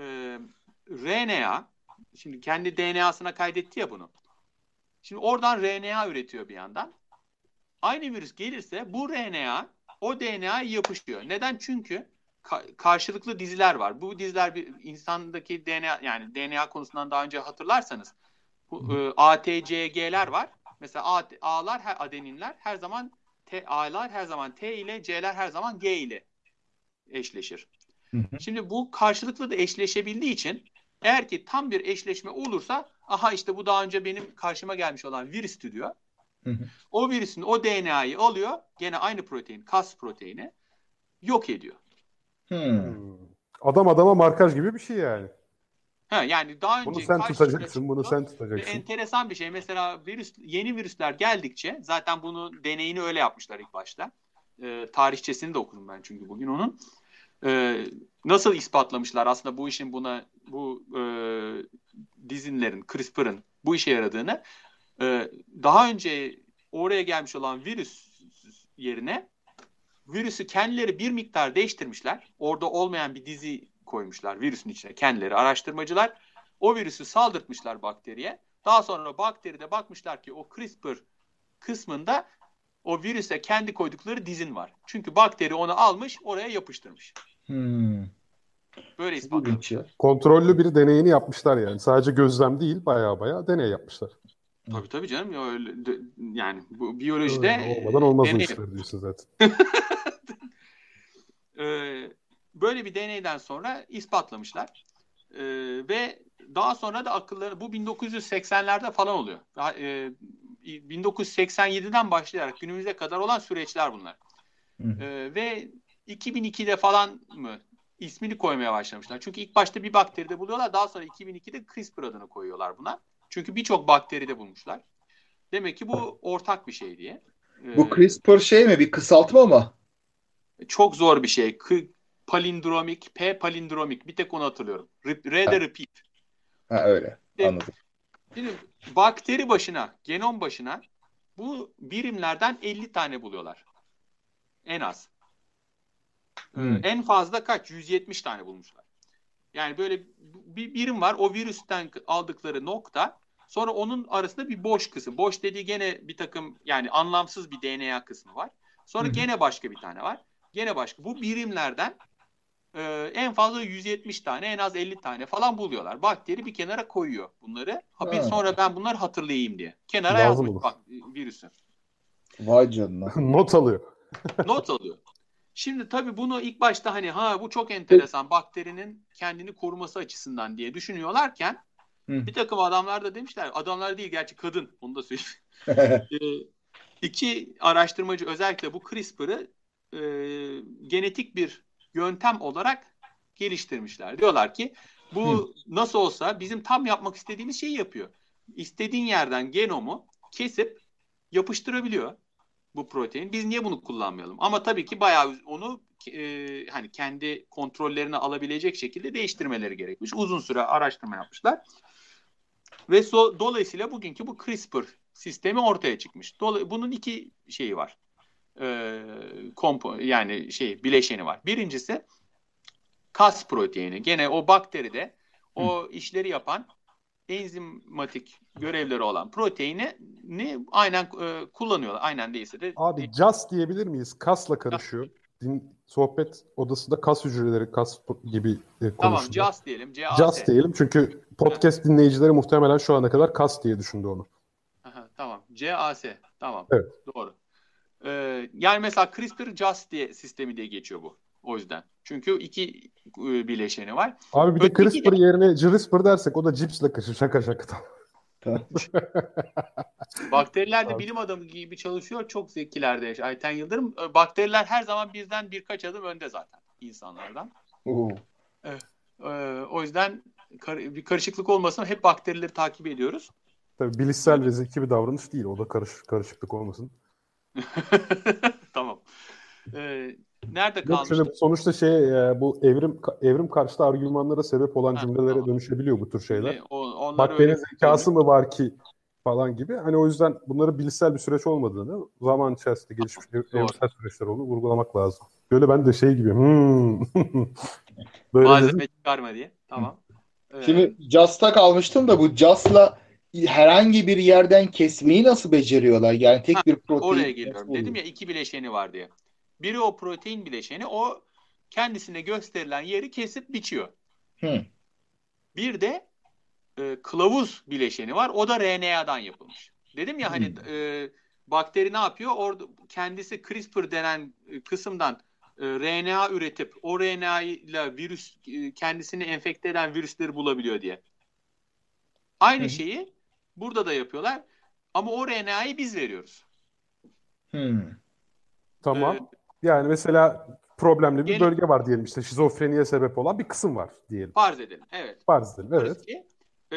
R N A, şimdi kendi D N A'sına kaydetti ya bunu. Şimdi oradan R N A üretiyor bir yandan. Aynı virüs gelirse bu R N A o D N A'ya yapışıyor. Neden? Çünkü ka- karşılıklı diziler var. Bu diziler bir insandaki D N A yani D N A konusundan daha önce hatırlarsanız bu, e, A T C G'ler var. Mesela A, A'lar her adeninler her zaman T, A'lar her zaman T ile C'ler her zaman G ile eşleşir. Hı hı. Şimdi bu karşılıklı da eşleşebildiği için eğer ki tam bir eşleşme olursa aha işte bu daha önce benim karşıma gelmiş olan virüstü diyor. Hı hı. O virüsün o D N A'yı alıyor. Gene aynı protein, Cas proteini yok ediyor. Hı. Hmm. Adam adama markaj gibi bir şey yani. Ha, yani daha Bunu önce sen karşımıza tutacaksın, bunu çıkıyor sen ve tutacaksın. enteresan bir şey. Mesela virüs, yeni virüsler geldikçe zaten bunu deneyini öyle yapmışlar ilk başta. Ee, tarihçesini de okudum ben çünkü bugün onun. Ee, nasıl ispatlamışlar aslında bu işin buna bu e, dizinlerin, CRISPR'ın bu işe yaradığını. Ee, daha önce oraya gelmiş olan virüs yerine virüsü kendileri bir miktar değiştirmişler. Orada olmayan bir dizi koymuşlar virüsün içine kendileri araştırmacılar. O virüsü saldırtmışlar bakteriye. Daha sonra bakteride bakmışlar ki o CRISPR kısmında o virüse kendi koydukları dizin var. Çünkü bakteri onu almış oraya yapıştırmış. Hı. Böyle Çok ispatlamış. ilginç ya. Kontrollü bir deneyini yapmışlar yani. Sadece gözlem değil, baya baya deney yapmışlar. Tabii tabii canım ya öyle de- yani bu Öyle biyolojide olmadan e, olmaz o deney işler diyorsun zaten. e, böyle bir deneyden sonra ispatlamışlar. E, ve daha sonra da akılları bu bin dokuz yüz seksenlerde falan oluyor. Daha, e, bin dokuz yüz seksen yediden başlayarak günümüze kadar olan süreçler bunlar. Hı. E, ve iki bin ikide falan mı ismini koymaya başlamışlar. Çünkü ilk başta bir bakteride buluyorlar. Daha sonra iki bin ikide CRISPR adını koyuyorlar buna. Çünkü birçok bakteride bulmuşlar. Demek ki bu ortak bir şey diye. Bu Ee, CRISPR şey mi? Bir kısaltma mı? çok zor bir şey. K- palindromik, P palindromik. Bir tek onu hatırlıyorum. R, R de Ha, repeat. ha öyle. Şimdi, Anladım. şimdi bakteri başına, genom başına bu birimlerden elli tane buluyorlar. En az. Ee, Hmm. en fazla kaç? yüz yetmiş tane bulmuşlar. Yani böyle bir birim var. O virüsten aldıkları nokta. Sonra onun arasında bir boş kısım. Boş dediği gene bir takım yani anlamsız bir D N A kısmı var. Sonra Hı hı. gene başka bir tane var. Gene başka. Bu birimlerden e, en fazla yüz yetmiş tane, en az elli tane falan buluyorlar. Bakteri bir kenara koyuyor bunları. Ha, bir Ha, sonra ben bunları hatırlayayım diye. Kenara Lazım yazmış olur. bak virüsü. vay canına. Not alıyor. Not alıyor. Şimdi tabii bunu ilk başta hani ha bu çok enteresan bakterinin kendini koruması açısından diye düşünüyorlarken Hı. bir takım adamlar da demişler, adamlar değil gerçi kadın onu da söyleyeyim. e, iki araştırmacı özellikle bu CRISPR'ı e, genetik bir yöntem olarak geliştirmişler. Diyorlar ki Hı. bu nasıl olsa bizim tam yapmak istediğimiz şeyi yapıyor. İstediğin yerden genomu kesip yapıştırabiliyor bu protein. Biz niye bunu kullanmayalım? Ama tabii ki bayağı onu e, hani kendi kontrollerine alabilecek şekilde değiştirmeleri gerekmiş. Uzun süre araştırma yapmışlar. Ve so, dolayısıyla bugünkü bu CRISPR sistemi ortaya çıkmış. Dolay, bunun iki şeyi var. E, kompo, yani şey bileşeni var. Birincisi Cas proteini. Gene o bakteride o işleri yapan enzimatik görevleri olan proteini ni aynen e, kullanıyorlar. Aynen değilse de Abi just diyebilir miyiz? Kasla karışıyor. Din, sohbet odasında kas hücreleri, kas gibi e, tamam konuşuluyor. C A S diyelim. C A S. Just diyelim çünkü podcast dinleyicileri muhtemelen şu ana kadar kas diye düşündü onu. Aha, tamam. C A S. Tamam. Evet. Doğru. Ee, yani mesela CRISPR-Cas diye sistemi diye geçiyor bu. O yüzden. Çünkü iki e, bileşeni var. Abi bir de Öteki CRISPR de- yerine CRISPR dersek o da cipsle kaşı şaka şaka. bakteriler de Abi. bilim adamı gibi çalışıyor. Çok zekilerde Ayten Yıldırım. Ee, Bakteriler her zaman bizden birkaç adım önde zaten insanlardan. Oo. Ee, o yüzden kar- bir karışıklık olmasın hep bakterileri takip ediyoruz. Tabii bilişsel ve zeki bir davranış değil. O da karış, karışıklık olmasın. Tamam. Ee, nerede Yok kalmıştık? şimdi sonuçta şey e, bu evrim evrim karşıtı argümanlara sebep olan Ha, cümlelere tamam. dönüşebiliyor bu tür şeyler. Şimdi o- onları Bakterinin öyle zekası mı var ki falan gibi. Hani o yüzden bunları bilişsel bir süreç olmadığını, zaman içerisinde gelişmiş ev- Doğru. evrimsel süreçler olduğunu vurgulamak lazım. Böyle ben de şey gibi hmm. Böyle malzeme dedim. çıkarma diye. Tamam. Ee, Şimdi Just'a kalmıştım da bu Just'la herhangi bir yerden kesmeyi nasıl beceriyorlar? Yani tek Ha, bir protein oraya nasıl geliyorum. oluyor? Dedim ya iki bileşeni var diye. Biri o protein bileşeni, o kendisine gösterilen yeri kesip biçiyor. Hı. Bir de e, kılavuz bileşeni var. O da R N A'dan yapılmış. Dedim ya hani e, bakteri ne yapıyor? Orada kendisi CRISPR denen e, kısımdan e, R N A üretip o R N A ile virüs e, kendisini enfekte eden virüsleri bulabiliyor diye. Aynı Hı. şeyi burada da yapıyorlar. Ama o R N A'yı biz veriyoruz. Hı. Tamam. Ee, Yani mesela problemli bir Gene bölge var diyelim, işte şizofreniye sebep olan bir kısım var diyelim. farz edelim. Evet. Farz edelim. Diyoruz Evet. ki, e,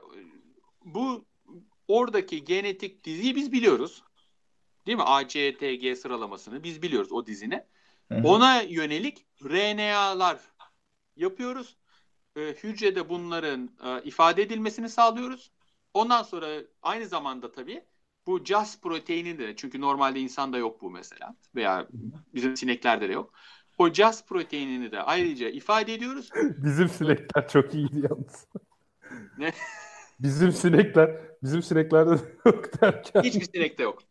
bu oradaki genetik diziyi biz biliyoruz. Değil mi? A, C, T, G sıralamasını biz biliyoruz o dizini. Hı hı. Ona yönelik R N A'lar yapıyoruz. E, hücrede bunların e, ifade edilmesini sağlıyoruz. Ondan sonra aynı zamanda tabii bu Cas proteini de, çünkü normalde insanda yok bu mesela veya bizim sineklerde de yok. O Cas proteinini de ayrıca ifade ediyoruz. Bizim sinekler çok iyiydi yalnız. Ne? Bizim sinekler, bizim sineklerde de yok derken. Hiçbir sinekte yok.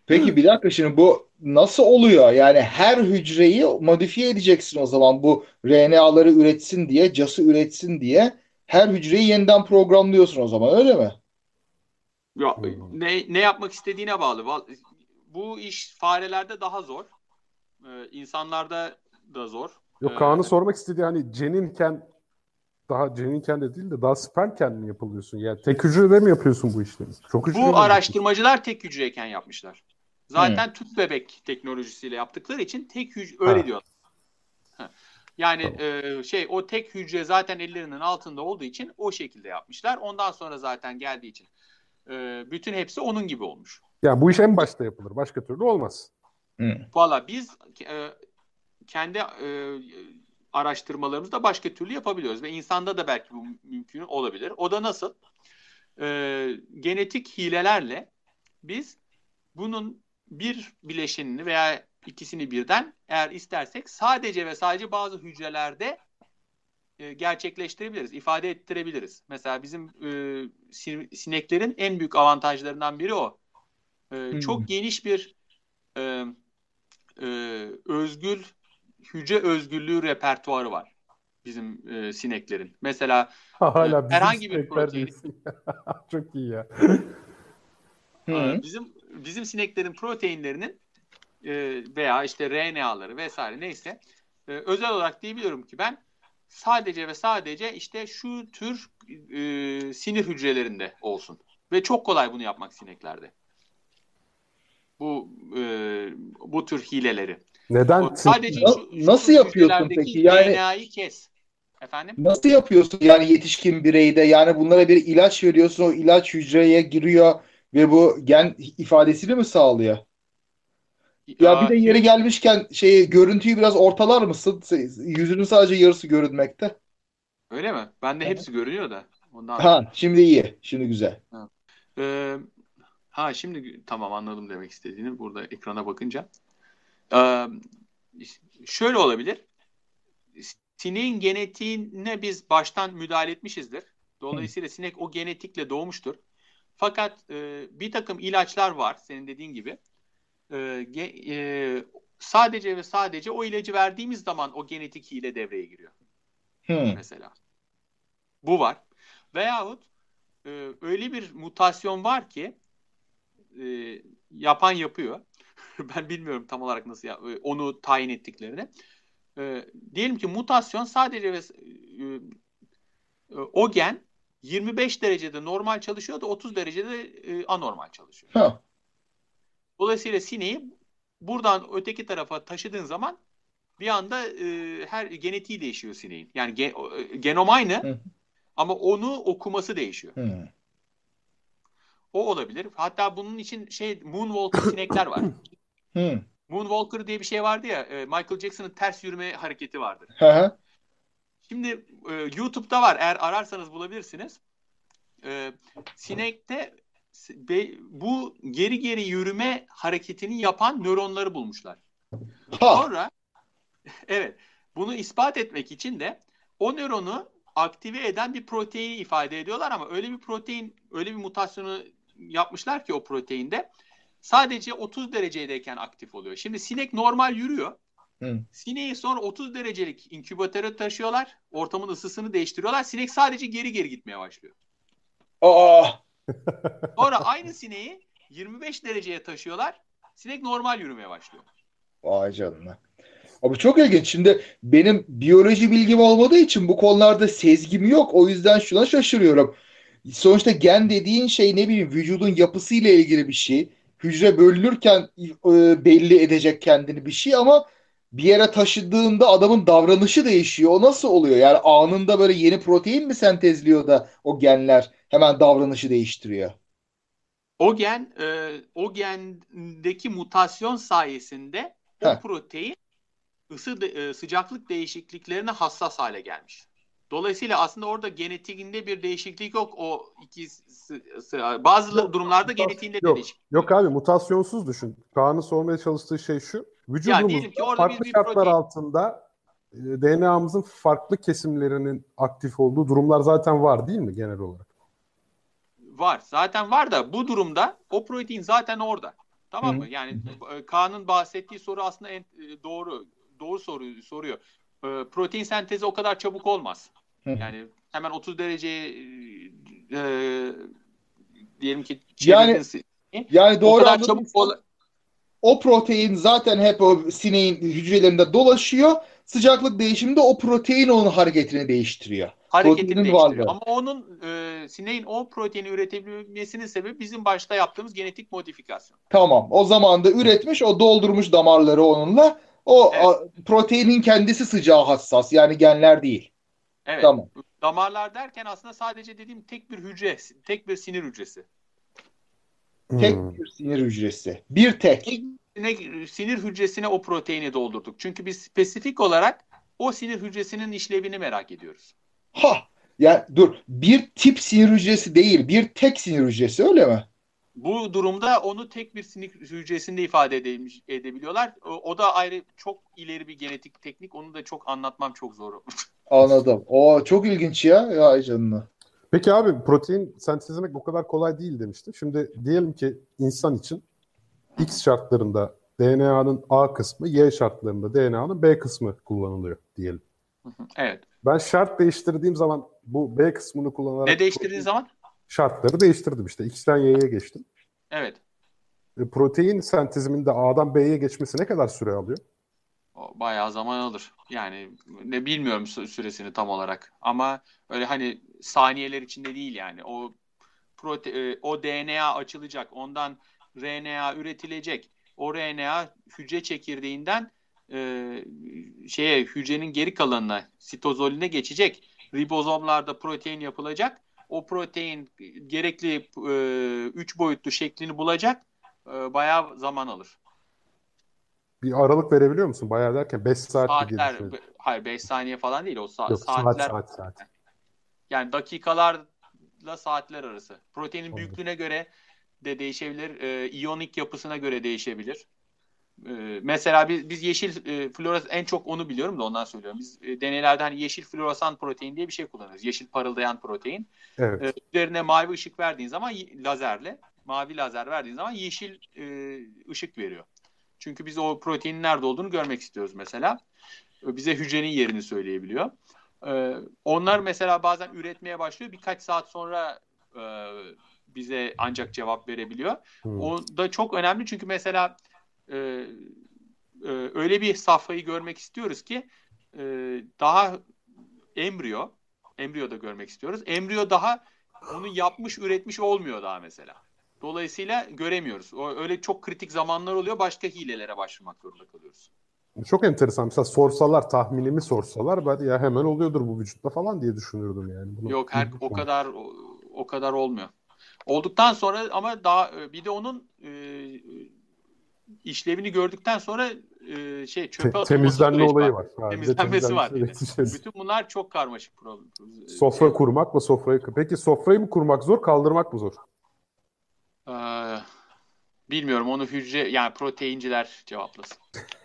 Peki bir dakika, şimdi bu nasıl oluyor? Yani her hücreyi modifiye edeceksin o zaman, bu R N A'ları üretsin diye, C A S'ı üretsin diye her hücreyi yeniden programlıyorsun o zaman, öyle mi? Ya, Hmm. ne, ne yapmak istediğine bağlı. Val- Bu iş farelerde daha zor. Ee, insanlarda da zor. Yok, Ee, Kaan'ın sormak istediği hani ceninken, daha ceninken de değil de daha spermken mi yapılıyorsun? Yani tek hücrede mi yapıyorsun bu işlemi? Çok hücrede bu mi yapıyorsun? araştırmacılar tek hücreyken yapmışlar. Hı. Zaten tüp bebek teknolojisiyle yaptıkları için tek hücre öyle Ha, diyorlar. Ha. Yani tamam. e, şey o tek hücre zaten ellerinin altında olduğu için o şekilde yapmışlar. Ondan sonra zaten geldiği için e, bütün hepsi onun gibi olmuş. Yani bu iş en başta yapılır. Başka türlü olmaz. Hı. Valla biz e, kendi e, araştırmalarımızda başka türlü yapabiliyoruz ve insanda da belki bu mümkün olabilir. O da nasıl? E, Genetik hilelerle biz bunun bir bileşenini veya ikisini birden eğer istersek sadece ve sadece bazı hücrelerde e, gerçekleştirebiliriz, ifade ettirebiliriz. Mesela bizim e, sin- sineklerin en büyük avantajlarından biri o. E, Hı. çok geniş bir e, e, özgül hücre özgürlüğü repertuarı var bizim e, sineklerin. Mesela e, Hala bizim herhangi bir sinekler protein diyorsun. Çok iyi ya. e, Hı. bizim bizim sineklerin proteinlerinin e, veya işte R N A'ları vesaire neyse e, özel olarak diyebiliyorum ki ben sadece ve sadece işte şu tür e, sinir hücrelerinde olsun. Ve çok kolay bunu yapmak sineklerde. Bu e, bu tür hileleri. O, Neden sadece sinekler? Na- şu, şu nasıl tür yapıyorsun peki? hücrelerdeki Yani D N A'yı kes. Efendim? nasıl yapıyorsun yani yetişkin bireyde? Yani bunlara bir ilaç veriyorsun, o ilaç hücreye giriyor ve bu gen ifadesini mi sağlıyor? Ya bir Aa, de yeri şimdi gelmişken şeyi, görüntüyü biraz ortalar mısın? Yüzünün sadece yarısı görünmekte. öyle mi? Bende hepsi görünüyor da ondan. Ha, şimdi iyi. Şimdi güzel. Ha. Ee, ha şimdi tamam anladım demek istediğini burada ekrana bakınca. Ee, Şöyle olabilir. Sineğin genetiğine biz baştan müdahale etmişizdir. Hı. Dolayısıyla sinek o genetikle doğmuştur. Fakat e, bir takım ilaçlar var senin dediğin gibi. E, ge- e, sadece ve sadece o ilacı verdiğimiz zaman o genetik hile devreye giriyor Hı. mesela. Bu var. Veyahut e, öyle bir mutasyon var ki e, yapan yapıyor. Ben bilmiyorum tam olarak nasıl ya, e, onu tayin ettiklerini. E, diyelim ki mutasyon sadece ve e, e, o gen yirmi beş derecede normal çalışıyor da otuz derecede e, anormal çalışıyor. Ha. Dolayısıyla sineği buradan öteki tarafa taşıdığın zaman bir anda e, her genetiği değişiyor sineğin. Yani gen, e, genom aynı Hı. ama onu okuması değişiyor. Hı. O olabilir. Hatta bunun için şey Moonwalker sinekler var. Hı. Moonwalker diye bir şey vardı ya, e, Michael Jackson'ın ters yürüme hareketi vardır. Ha. Şimdi e, YouTube'da var. Eğer ararsanız bulabilirsiniz. E, Sinekte be, bu geri geri yürüme hareketini yapan nöronları bulmuşlar. Ha. Sonra evet bunu ispat etmek için de o nöronu aktive eden bir proteini ifade ediyorlar ama öyle bir protein, öyle bir mutasyonu yapmışlar ki o proteinde sadece otuz derecedeyken aktif oluyor. Şimdi sinek normal yürüyor. Hı. Sineği sonra otuz derecelik inkübatöre taşıyorlar. Ortamın ısısını değiştiriyorlar. Sinek sadece geri geri gitmeye başlıyor. Aa. Sonra aynı sineği yirmi beş dereceye taşıyorlar. Sinek normal yürümeye başlıyor. Vay canına. Abi çok ilginç. Şimdi benim biyoloji bilgim olmadığı için bu konularda sezgim yok. O yüzden şuna şaşırıyorum. Sonuçta gen dediğin şey, ne bileyim, vücudun yapısıyla ilgili bir şey. Hücre bölünürken e, belli edecek kendini bir şey, ama bir yere taşıdığında adamın davranışı değişiyor. O nasıl oluyor? Yani anında böyle yeni protein mi sentezliyor da o genler hemen davranışı değiştiriyor? O gen, e, o gendeki mutasyon sayesinde o Heh. protein ısı de- e, sıcaklık değişikliklerine hassas hale gelmiş. Dolayısıyla aslında orada genetiğinde bir değişiklik yok. O iki bazı Yok, durumlarda mutas- genetiğinde de yok. değişiklik Yok yok. abi, mutasyonsuz düşün. Kaan'ın sormaya çalıştığı şey şu. Ya diyelim ki Vücudumuzda orada biz farklı bir şartlar protein altında e, D N A'mızın farklı kesimlerinin aktif olduğu durumlar zaten var değil mi genel olarak? var. Zaten var da bu durumda o protein zaten orada. Tamam Hı. mı? Yani e, Kaan'ın bahsettiği soru aslında en, e, doğru. Doğru soruyu soruyor. E, protein sentezi o kadar çabuk olmaz. Hı. Yani hemen otuz dereceye e, diyelim ki Yani çevirdin. yani O doğru kadar çabuk anladıysam ol o protein zaten hep o sineğin hücrelerinde dolaşıyor. Sıcaklık değişiminde o protein onun hareketini değiştiriyor. hareketini Proteinin değiştiriyor. varlığı. Ama onun e, sineğin o proteini üretebilmesinin sebebi bizim başta yaptığımız genetik modifikasyon. Tamam. O zaman da üretmiş, o doldurmuş damarları onunla. O Evet. a, proteinin kendisi sıcağa hassas. Yani genler değil. Evet. Tamam. Damarlar derken aslında sadece dediğim tek bir hücre, tek bir sinir hücresi. Tek Hmm. bir sinir hücresi. Bir tek. Tek bir sinir hücresine o proteini doldurduk. Çünkü biz spesifik olarak o sinir hücresinin işlevini merak ediyoruz. Ha. Ya dur. Bir tip sinir hücresi değil. Bir tek sinir hücresi, öyle mi? Bu durumda onu tek bir sinir hücresinde ifade edebilmiş, edebiliyorlar. O, o da ayrı çok ileri bir genetik teknik. Onu da çok anlatmam çok zor. Anladım. O çok ilginç ya. Ya canına. Peki abi protein sentezlemek o kadar kolay değil demiştin. Şimdi diyelim ki insan için X şartlarında D N A'nın A kısmı, Y şartlarında D N A'nın B kısmı kullanılıyor diyelim. Evet. Ben şart değiştirdiğim zaman bu B kısmını kullanarak Ne değiştirdiğin zaman? şartları değiştirdim işte. X'ten Y'ye geçtim. Evet. E, protein sentezimin de A'dan B'ye geçmesi ne kadar süre alıyor? O bayağı zaman alır. Yani ne bilmiyorum sü- süresini tam olarak. Ama öyle hani saniyeler içinde değil yani. O prote e, o D N A açılacak. Ondan R N A üretilecek. O R N A hücre çekirdeğinden e, şeye hücrenin geri kalanına, sitozolüne geçecek. Ribozomlarda protein yapılacak. O protein gerekli e, üç boyutlu şeklini bulacak. E, bayağı zaman alır. Bir aralık verebiliyor musun? Bayağı derken beş saat diye Saatler, düşünüyorum. hayır beş saniye falan değil o sa- Yok saat saatler saat saat. yani dakikalarla saatler arası. Proteinin Anladım. büyüklüğüne göre de değişebilir. E, iyonik yapısına göre değişebilir. E, mesela biz, biz yeşil e, floresan en çok onu biliyorum da ondan söylüyorum. Biz e, deneylerde hani yeşil floresan protein diye bir şey kullanıyoruz. Yeşil parıldayan protein. Evet. E, üzerine mavi ışık verdiğin zaman y- lazerle mavi lazer verdiğin zaman yeşil e, ışık veriyor. Çünkü biz o proteinin nerede olduğunu görmek istiyoruz mesela. Bize hücrenin yerini söyleyebiliyor. Ee, onlar mesela bazen üretmeye başlıyor. Birkaç saat sonra e, bize ancak cevap verebiliyor. Hmm. O da çok önemli çünkü mesela e, e, öyle bir safhayı görmek istiyoruz ki e, daha embriyo, embriyo da görmek istiyoruz. Embriyo daha onu yapmış, üretmiş olmuyor daha mesela. Dolayısıyla göremiyoruz. O, öyle çok kritik zamanlar oluyor. Başka hilelere başvurmak zorunda kalıyoruz. Çok enteresan. Mesela sorsalar, tahminimi sorsalar ben ya hemen oluyordur bu vücutta falan diye düşünürdüm yani. Bunu Yok her o kadar o, o kadar olmuyor. Olduktan sonra ama daha bir de onun e, işlevini gördükten sonra e, şey çöpe Te- atılması temizlenme süreci olayı var. var. Ha, bir de Temizlenmesi var. temizlenmesi süreci. Bütün bunlar çok karmaşık problem. Sofra Şey, kurmak mı sofrayı? Peki sofrayı mı kurmak zor, kaldırmak mı zor? e, bilmiyorum onu hücre yani proteinciler cevaplasın.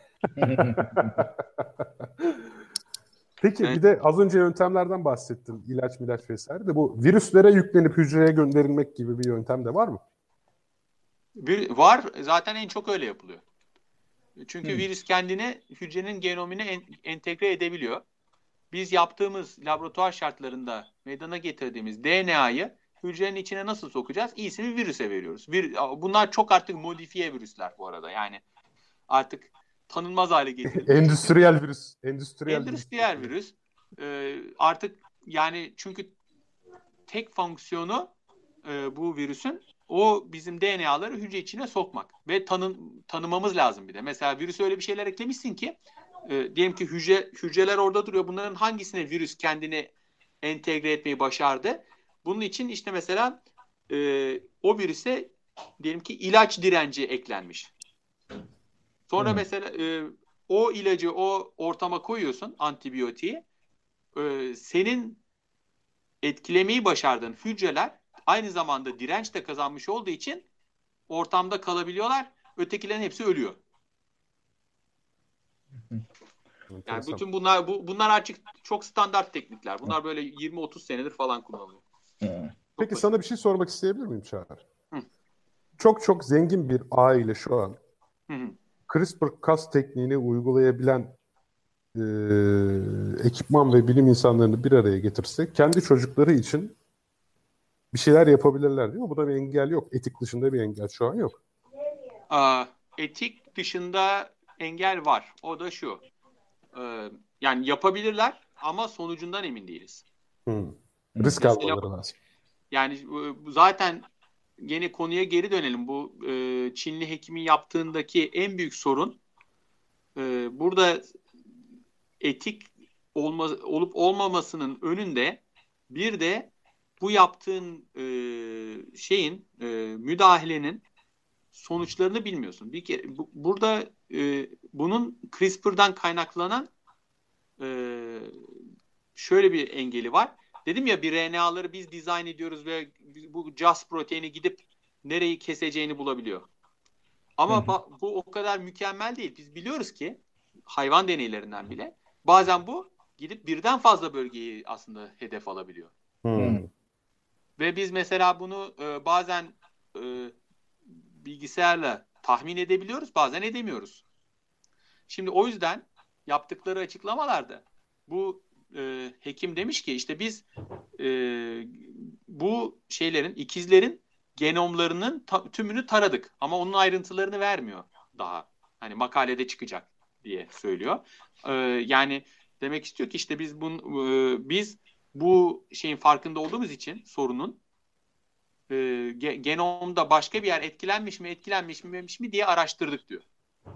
Peki Evet. bir de az önce yöntemlerden bahsettin. İlaç milaç vesaire de bu virüslere yüklenip hücreye gönderilmek gibi bir yöntem de var mı? Bir, var zaten en çok öyle yapılıyor. Çünkü Hmm. virüs kendini hücrenin genomine en, entegre edebiliyor. Biz yaptığımız laboratuvar şartlarında meydana getirdiğimiz D N A'yı hücrenin içine nasıl sokacağız? İyisini bir virüse veriyoruz. Bir, bunlar çok artık modifiye virüsler bu arada. Yani artık tanınmaz hale getirildi. Endüstriyel virüs. Endüstriyel, Endüstriyel virüs. virüs. Ee, artık yani çünkü tek fonksiyonu e, bu virüsün o bizim D N A'ları hücre içine sokmak ve tanın, tanımamız lazım bir de. Mesela virüse öyle bir şeyler eklemişsin ki e, diyelim ki hücre hücreler orada duruyor. Bunların hangisine virüs kendini entegre etmeyi başardı? Bunun için işte mesela e, o virüse diyelim ki ilaç direnci eklenmiş. Sonra hmm. mesela e, o ilacı o ortama koyuyorsun antibiyotiği. E, senin etkilemeyi başardığın hücreler aynı zamanda direnç de kazanmış olduğu için ortamda kalabiliyorlar. Ötekilerin hepsi ölüyor. Yani bütün bunlar bu, bunlar artık çok standart teknikler. Bunlar böyle yirmi otuz senedir falan kullanılıyor. Peki sana bir şey sormak isteyebilir miyim Çağlar? Hı. çok çok zengin bir aile şu an Hı hı. CRISPR-Cas tekniğini uygulayabilen e, ekipman ve bilim insanlarını bir araya getirse kendi çocukları için bir şeyler yapabilirler değil mi? Buna bir engel yok. Etik dışında bir engel şu an yok. Aa, etik dışında engel var. O da şu. Ee, yani yapabilirler ama sonucundan emin değiliz. Hmm. Risk Mesela almaları lazım. yani e, bu zaten gene konuya geri dönelim. Bu e, Çinli hekimin yaptığındaki en büyük sorun e, burada etik olma, olup olmamasının önünde bir de bu yaptığın e, şeyin e, müdahalenin sonuçlarını bilmiyorsun. Bir kere bu, burada e, bunun CRISPR'dan kaynaklanan e, şöyle bir engeli var. Dedim ya bir R N A'ları biz dizayn ediyoruz ve bu Cas proteini gidip nereyi keseceğini bulabiliyor. Ama Hı hı. ba- bu o kadar mükemmel değil. Biz biliyoruz ki hayvan deneylerinden bile bazen bu gidip birden fazla bölgeyi aslında hedef alabiliyor. Hmm. Ve biz mesela bunu e, bazen e, bilgisayarla tahmin edebiliyoruz, bazen edemiyoruz. Şimdi o yüzden yaptıkları açıklamalarda bu e, hekim demiş ki işte biz e, bu şeylerin, ikizlerin genomlarının ta- tümünü taradık ama onun ayrıntılarını vermiyor daha. Hani makalede çıkacak diye söylüyor. E, yani demek istiyor ki işte biz bun, e, biz bu şeyin farkında olduğumuz için sorunun e, ge- genomda başka bir yer etkilenmiş mi, etkilenmiş mi, mi diye araştırdık diyor.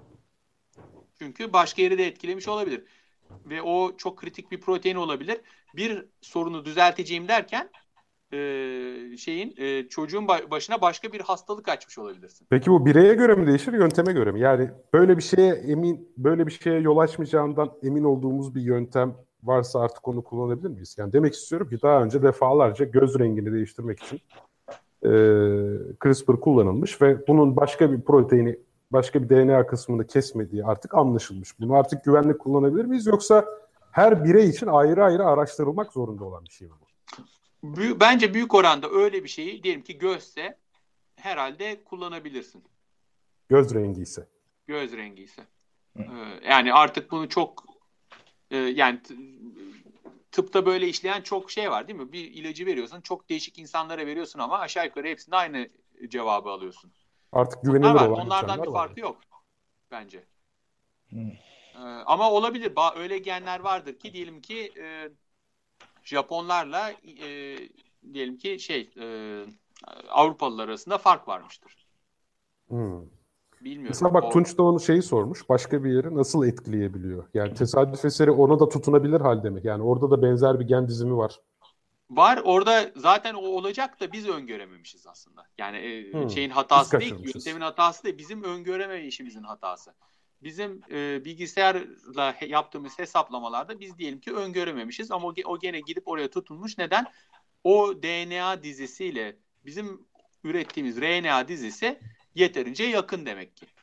Çünkü başka yeri de etkilemiş olabilir. Ve o çok kritik bir protein olabilir. Bir sorunu düzelteceğim derken e, şeyin e, çocuğun başına başka bir hastalık açmış olabilirsin. Peki bu bireye göre mi değişir, yönteme göre mi? Yani böyle bir şeye emin, böyle bir şeye yol açmayacağından emin olduğumuz bir yöntem varsa artık onu kullanabilir miyiz? Yani demek istiyorum ki daha önce defalarca göz rengini değiştirmek için e, CRISPR kullanılmış ve bunun başka bir proteini, başka bir D N A kısmını kesmediği artık anlaşılmış. Bunu artık güvenli kullanabilir miyiz? Yoksa her birey için ayrı ayrı araştırılmak zorunda olan bir şey mi bu? Büyük, bence büyük oranda öyle bir şeyi diyelim ki gözse herhalde kullanabilirsin. Göz rengi ise. Göz rengi ise. Ee, yani artık bunu çok e, yani t- tıpta böyle işleyen çok şey var değil mi? Bir ilacı veriyorsun, çok değişik insanlara veriyorsun ama aşağı yukarı hepsinde aynı cevabı alıyorsun. Artık Onlar güvenilir var. olan Onlardan yöntemler bir var. farkı yok bence. Ee, ama olabilir. Ba- öyle genler vardır ki diyelim ki e, Japonlarla e, diyelim ki şey e, Avrupalılar arasında fark varmıştır. Hmm. Bilmiyorum. Mesela bak O Tunç da onu şeyi sormuş. Başka bir yeri nasıl etkileyebiliyor? Yani tesadüf eseri ona da tutunabilir halde mi? Yani orada da benzer bir gen dizimi var. var orada zaten o olacak da biz öngörememişiz aslında. Yani e, Hmm. şeyin Biz hatası değil, kaçırmışız. yöntemin hatası değil, bizim öngöremeyişimizin hatası. Bizim e, bilgisayarla he- yaptığımız hesaplamalarda biz diyelim ki öngörememişiz ama o, ge- o gene gidip oraya tutunmuş. Neden? O D N A dizisiyle bizim ürettiğimiz R N A dizisi yeterince yakın demek ki.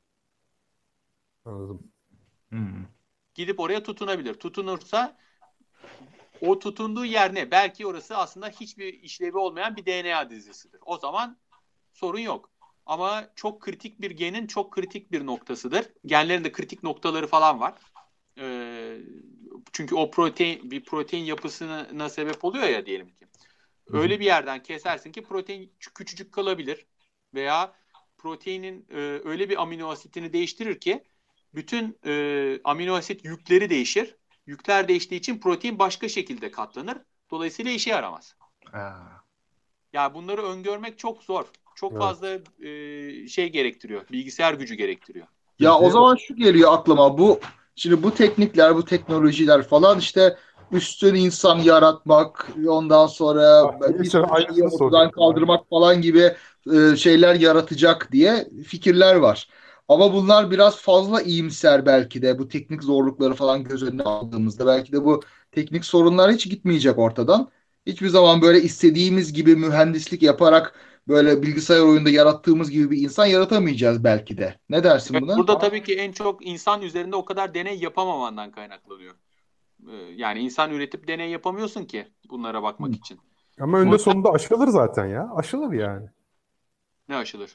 Anladım. Hmm. Gidip oraya tutunabilir. Tutunursa o tutunduğu yer ne? Belki orası aslında hiçbir işlevi olmayan bir D N A dizisidir. O zaman sorun yok. Ama çok kritik bir genin çok kritik bir noktasıdır. Genlerin de kritik noktaları falan var. Ee, çünkü o protein bir protein yapısına sebep oluyor ya diyelim ki. Öyle bir yerden kesersin ki protein küçücük kalabilir veya proteinin e, öyle bir amino asitini değiştirir ki bütün e, amino asit yükleri değişir. Yükler değiştiği için protein başka şekilde katlanır. Dolayısıyla işe yaramaz. Ha. Ya bunları öngörmek çok zor. Çok Evet. fazla e, şey gerektiriyor. Bilgisayar gücü gerektiriyor. Ya o Türkiye zaman şu geliyor aklıma, bu şimdi bu teknikler, bu teknolojiler falan, işte üstün insan yaratmak, ondan sonra Ah, bir neyse, sürü şeyi aynısını ortadan soracaktım ben de. kaldırmak falan gibi e, şeyler yaratacak diye fikirler var. Ama bunlar biraz fazla iyimser belki de, bu teknik zorlukları falan göz önüne aldığımızda belki de bu teknik sorunlar hiç gitmeyecek ortadan. Hiçbir zaman böyle istediğimiz gibi mühendislik yaparak böyle bilgisayar oyunda yarattığımız gibi bir insan yaratamayacağız belki de. Ne dersin Evet, buna? burada tabii ki en çok insan üzerinde o kadar deney yapamamandan kaynaklanıyor. Ee, yani insan üretip deney yapamıyorsun ki bunlara bakmak için. Ama önde Modern sonunda aşılır zaten ya. Aşılır yani. ne aşılır?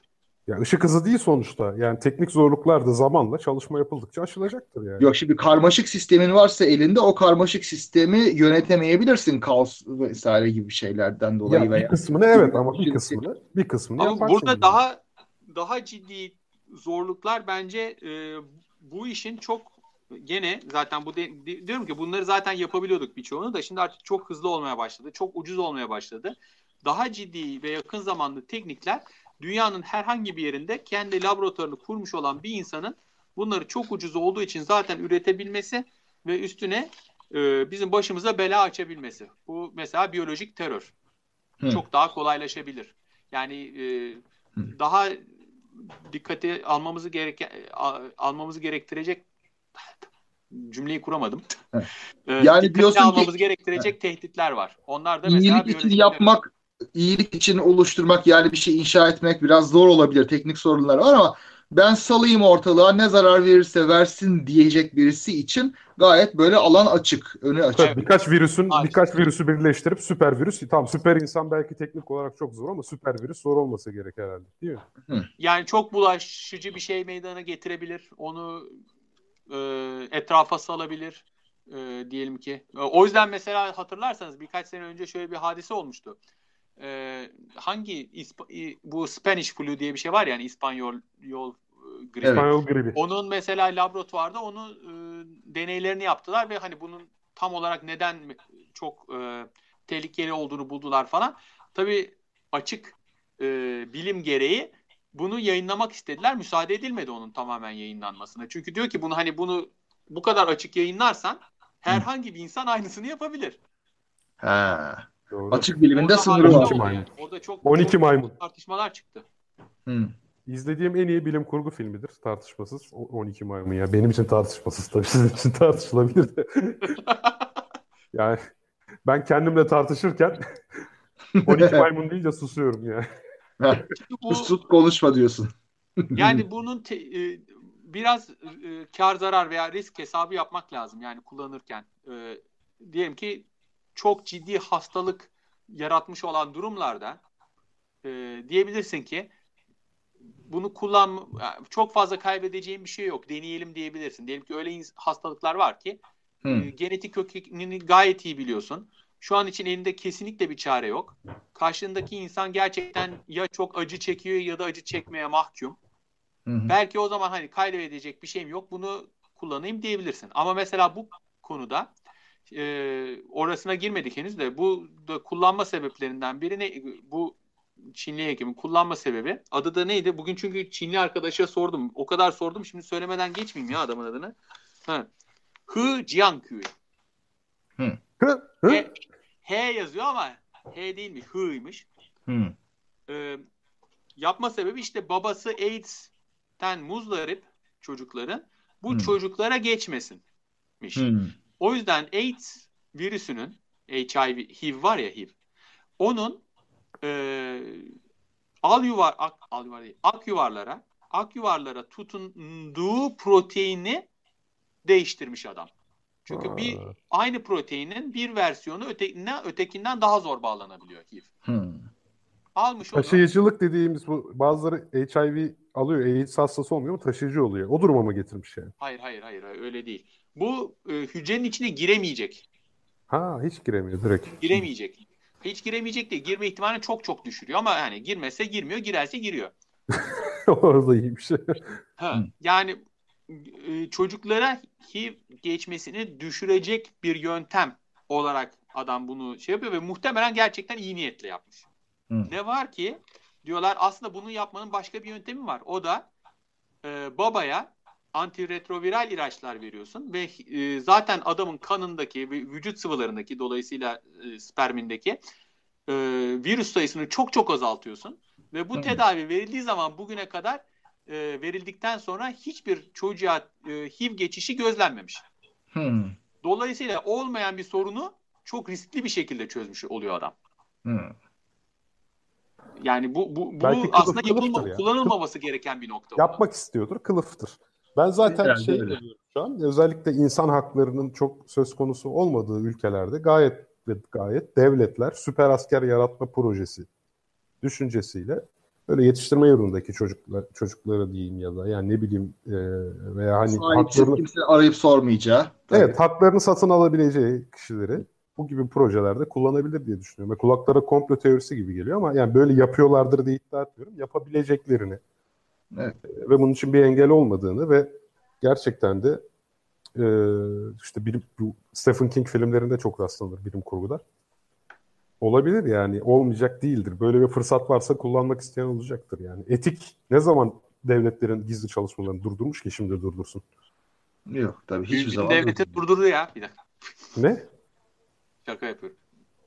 Ya ışık hızı değil sonuçta. Yani teknik zorluklar da zamanla çalışma yapıldıkça aşılacaktır yani. Yok, şimdi karmaşık sistemin varsa elinde o karmaşık sistemi yönetemeyebilirsin, kaos vesaire gibi şeylerden dolayı Ya bir veya kısmını evet ama bir kısmını bir kısmını Ama yaparsın. burada yani. daha daha ciddi zorluklar bence e, bu işin çok gene zaten bu de, di- diyorum ki bunları zaten yapabiliyorduk birçoğunu da şimdi artık çok hızlı olmaya başladı. Çok ucuz olmaya başladı. Daha ciddi ve yakın zamanlı teknikler dünyanın herhangi bir yerinde kendi laboratuvarını kurmuş olan bir insanın bunları çok ucuz olduğu için zaten üretebilmesi ve üstüne e, bizim başımıza bela açabilmesi. Bu mesela biyolojik terör. Hı. Çok daha kolaylaşabilir. Yani e, daha dikkate almamızı gereken almamızı gerektirecek cümleyi kuramadım. Evet. E, Yani dikkate diyorsun ki- almamızı gerektirecek tehditler var. Onlar da mesela İyilik için biyolojik terör. yapmak, iyilik için oluşturmak, yani bir şey inşa etmek biraz zor olabilir. Teknik sorunlar var ama ben salayım ortalığa, ne zarar verirse versin diyecek birisi için gayet böyle alan açık, önü açık. Tabii birkaç virüsün Maalesef. birkaç virüsü birleştirip süper virüs. Tamam süper insan belki teknik olarak çok zor ama süper virüs zor olmasa gerek herhalde. Değil mi? Yani çok bulaşıcı bir şey meydana getirebilir. Onu e, etrafa salabilir. E, diyelim ki. E, o yüzden mesela hatırlarsanız birkaç sene önce şöyle bir hadise olmuştu. E, hangi İsp- bu Spanish flu diye bir şey var yani İspanyol yol e, gribi. Evet. İspanyol gribi. Onun mesela laboratuvarda onu e, deneylerini yaptılar ve hani bunun tam olarak neden çok e, tehlikeli olduğunu buldular falan. Tabii açık e, bilim gereği bunu yayınlamak istediler. Müsaade edilmedi onun tamamen yayınlanmasına. Çünkü diyor ki bunu hani bunu bu kadar açık yayınlarsan herhangi bir insan aynısını yapabilir. Ha. Doğru. Açık biliminde Orada sınırı hadise var. oldu maymun. yani. Orada çok, on iki çok maymun. tartışmalar çıktı. Hı. İzlediğim en iyi bilim kurgu filmidir tartışmasız. O- on iki maymun ya. Benim için tartışmasız tabii sizin için tartışılabilir de. Yani ben kendimle tartışırken on iki maymun deyince susuyorum ya. Bu Sus konuşma diyorsun. yani bunun te, e, biraz e, kar zarar veya risk hesabı yapmak lazım yani kullanırken. E, diyelim ki çok ciddi hastalık yaratmış olan durumlarda e, diyebilirsin ki bunu kullan çok fazla kaybedeceğin bir şey yok. Deneyelim diyebilirsin. Diyelim ki öyle hastalıklar var ki Hı. e, genetik kökenini gayet iyi biliyorsun. Şu an için elinde kesinlikle bir çare yok. Karşındaki insan gerçekten ya çok acı çekiyor ya da acı çekmeye mahkum. Hı hı. Belki o zaman hani kaybedecek bir şeyim yok bunu kullanayım diyebilirsin. Ama mesela bu konuda e, orasına girmedik henüz de bu da kullanma sebeplerinden biri ne? Bu Çinli hekimin kullanma sebebi. Adı da neydi? Bugün çünkü Çinli arkadaşa sordum. O kadar sordum şimdi söylemeden geçmeyeyim ya adamın adını. Ha. He Jiankui. Hı, hı. He, He yazıyor ama He değil mi? H'ymış. Hı. Ee, yapma sebebi işte babası AIDS'ten muzdarip çocukların bu Hmm. çocuklara geçmesinmiş. Hı. O yüzden AIDS virüsünün H I V, H I V var ya H I V onun e, al yuvar ak, al yuvar değil, ak yuvarlara ak yuvarlara tutunduğu proteini değiştirmiş adam. Çünkü bir Aa. aynı proteinin bir versiyonu ötekinden ötekinden daha zor bağlanabiliyor H I V. Hı. Almış onu. Taşıyıcılık dediğimiz bu bazıları H I V alıyor, AIDS hastası olmuyor ama taşıyıcı oluyor. O duruma mı getirmiş yani? Hayır hayır hayır hayır, öyle değil. Bu e, hücrenin içine giremeyecek. Ha hiç giremiyor direkt. Giremeyecek. Hiç giremeyecek değil. Girme ihtimalini çok çok düşürüyor ama yani girmese girmiyor, girerse giriyor. Orada iyiymiş. Ha, yani e, çocuklara H I V geçmesini düşürecek bir yöntem olarak adam bunu şey yapıyor ve muhtemelen gerçekten iyi niyetle yapmış. Hı. Ne var ki diyorlar aslında bunu yapmanın başka bir yöntemi var. O da e, babaya antiretroviral ilaçlar veriyorsun ve e, zaten adamın kanındaki ve vücut sıvılarındaki dolayısıyla e, spermindeki e, virüs sayısını çok çok azaltıyorsun ve bu Hı. tedavi verildiği zaman bugüne kadar e, verildikten sonra hiçbir çocuğa e, H I V geçişi gözlenmemiş. Hı. Dolayısıyla olmayan bir sorunu çok riskli bir şekilde çözmüş oluyor adam. Hı. Yani bu bu, bu Belki kılıf- aslında kılıftır yapılma, ya. kullanılmaması gereken bir nokta. bu. Yapmak istiyordur, kılıftır. Ben zaten Herhalde şey öyle. görüyorum şu an, özellikle insan haklarının çok söz konusu olmadığı ülkelerde gayet ve gayet devletler süper asker yaratma projesi düşüncesiyle Öyle yetiştirme yurdundaki çocuklar, çocukları diyeyim ya da yani ne bileyim e, veya hani Sahipsiz haklarını, kimse arayıp sormayacağı. Tabii. evet haklarını satın alabileceği kişileri bu gibi projelerde kullanabilir diye düşünüyorum. Ve kulaklara komplo teorisi gibi geliyor ama yani böyle yapıyorlardır diye iddia etmiyorum. Yapabileceklerini Evet. e, ve bunun için bir engel olmadığını ve gerçekten de e, işte bilim, bu Stephen King filmlerinde çok rastlanır bilim kurguda. Olabilir yani. Olmayacak değildir. Böyle bir fırsat varsa kullanmak isteyen olacaktır yani. Etik ne zaman devletlerin gizli çalışmalarını durdurmuş ki şimdi durdursun? Yok tabii hiçbir Bizim zaman devleti durdurmuyor. durdurdu ya. Bir dakika. Ne? Şaka yapıyorum.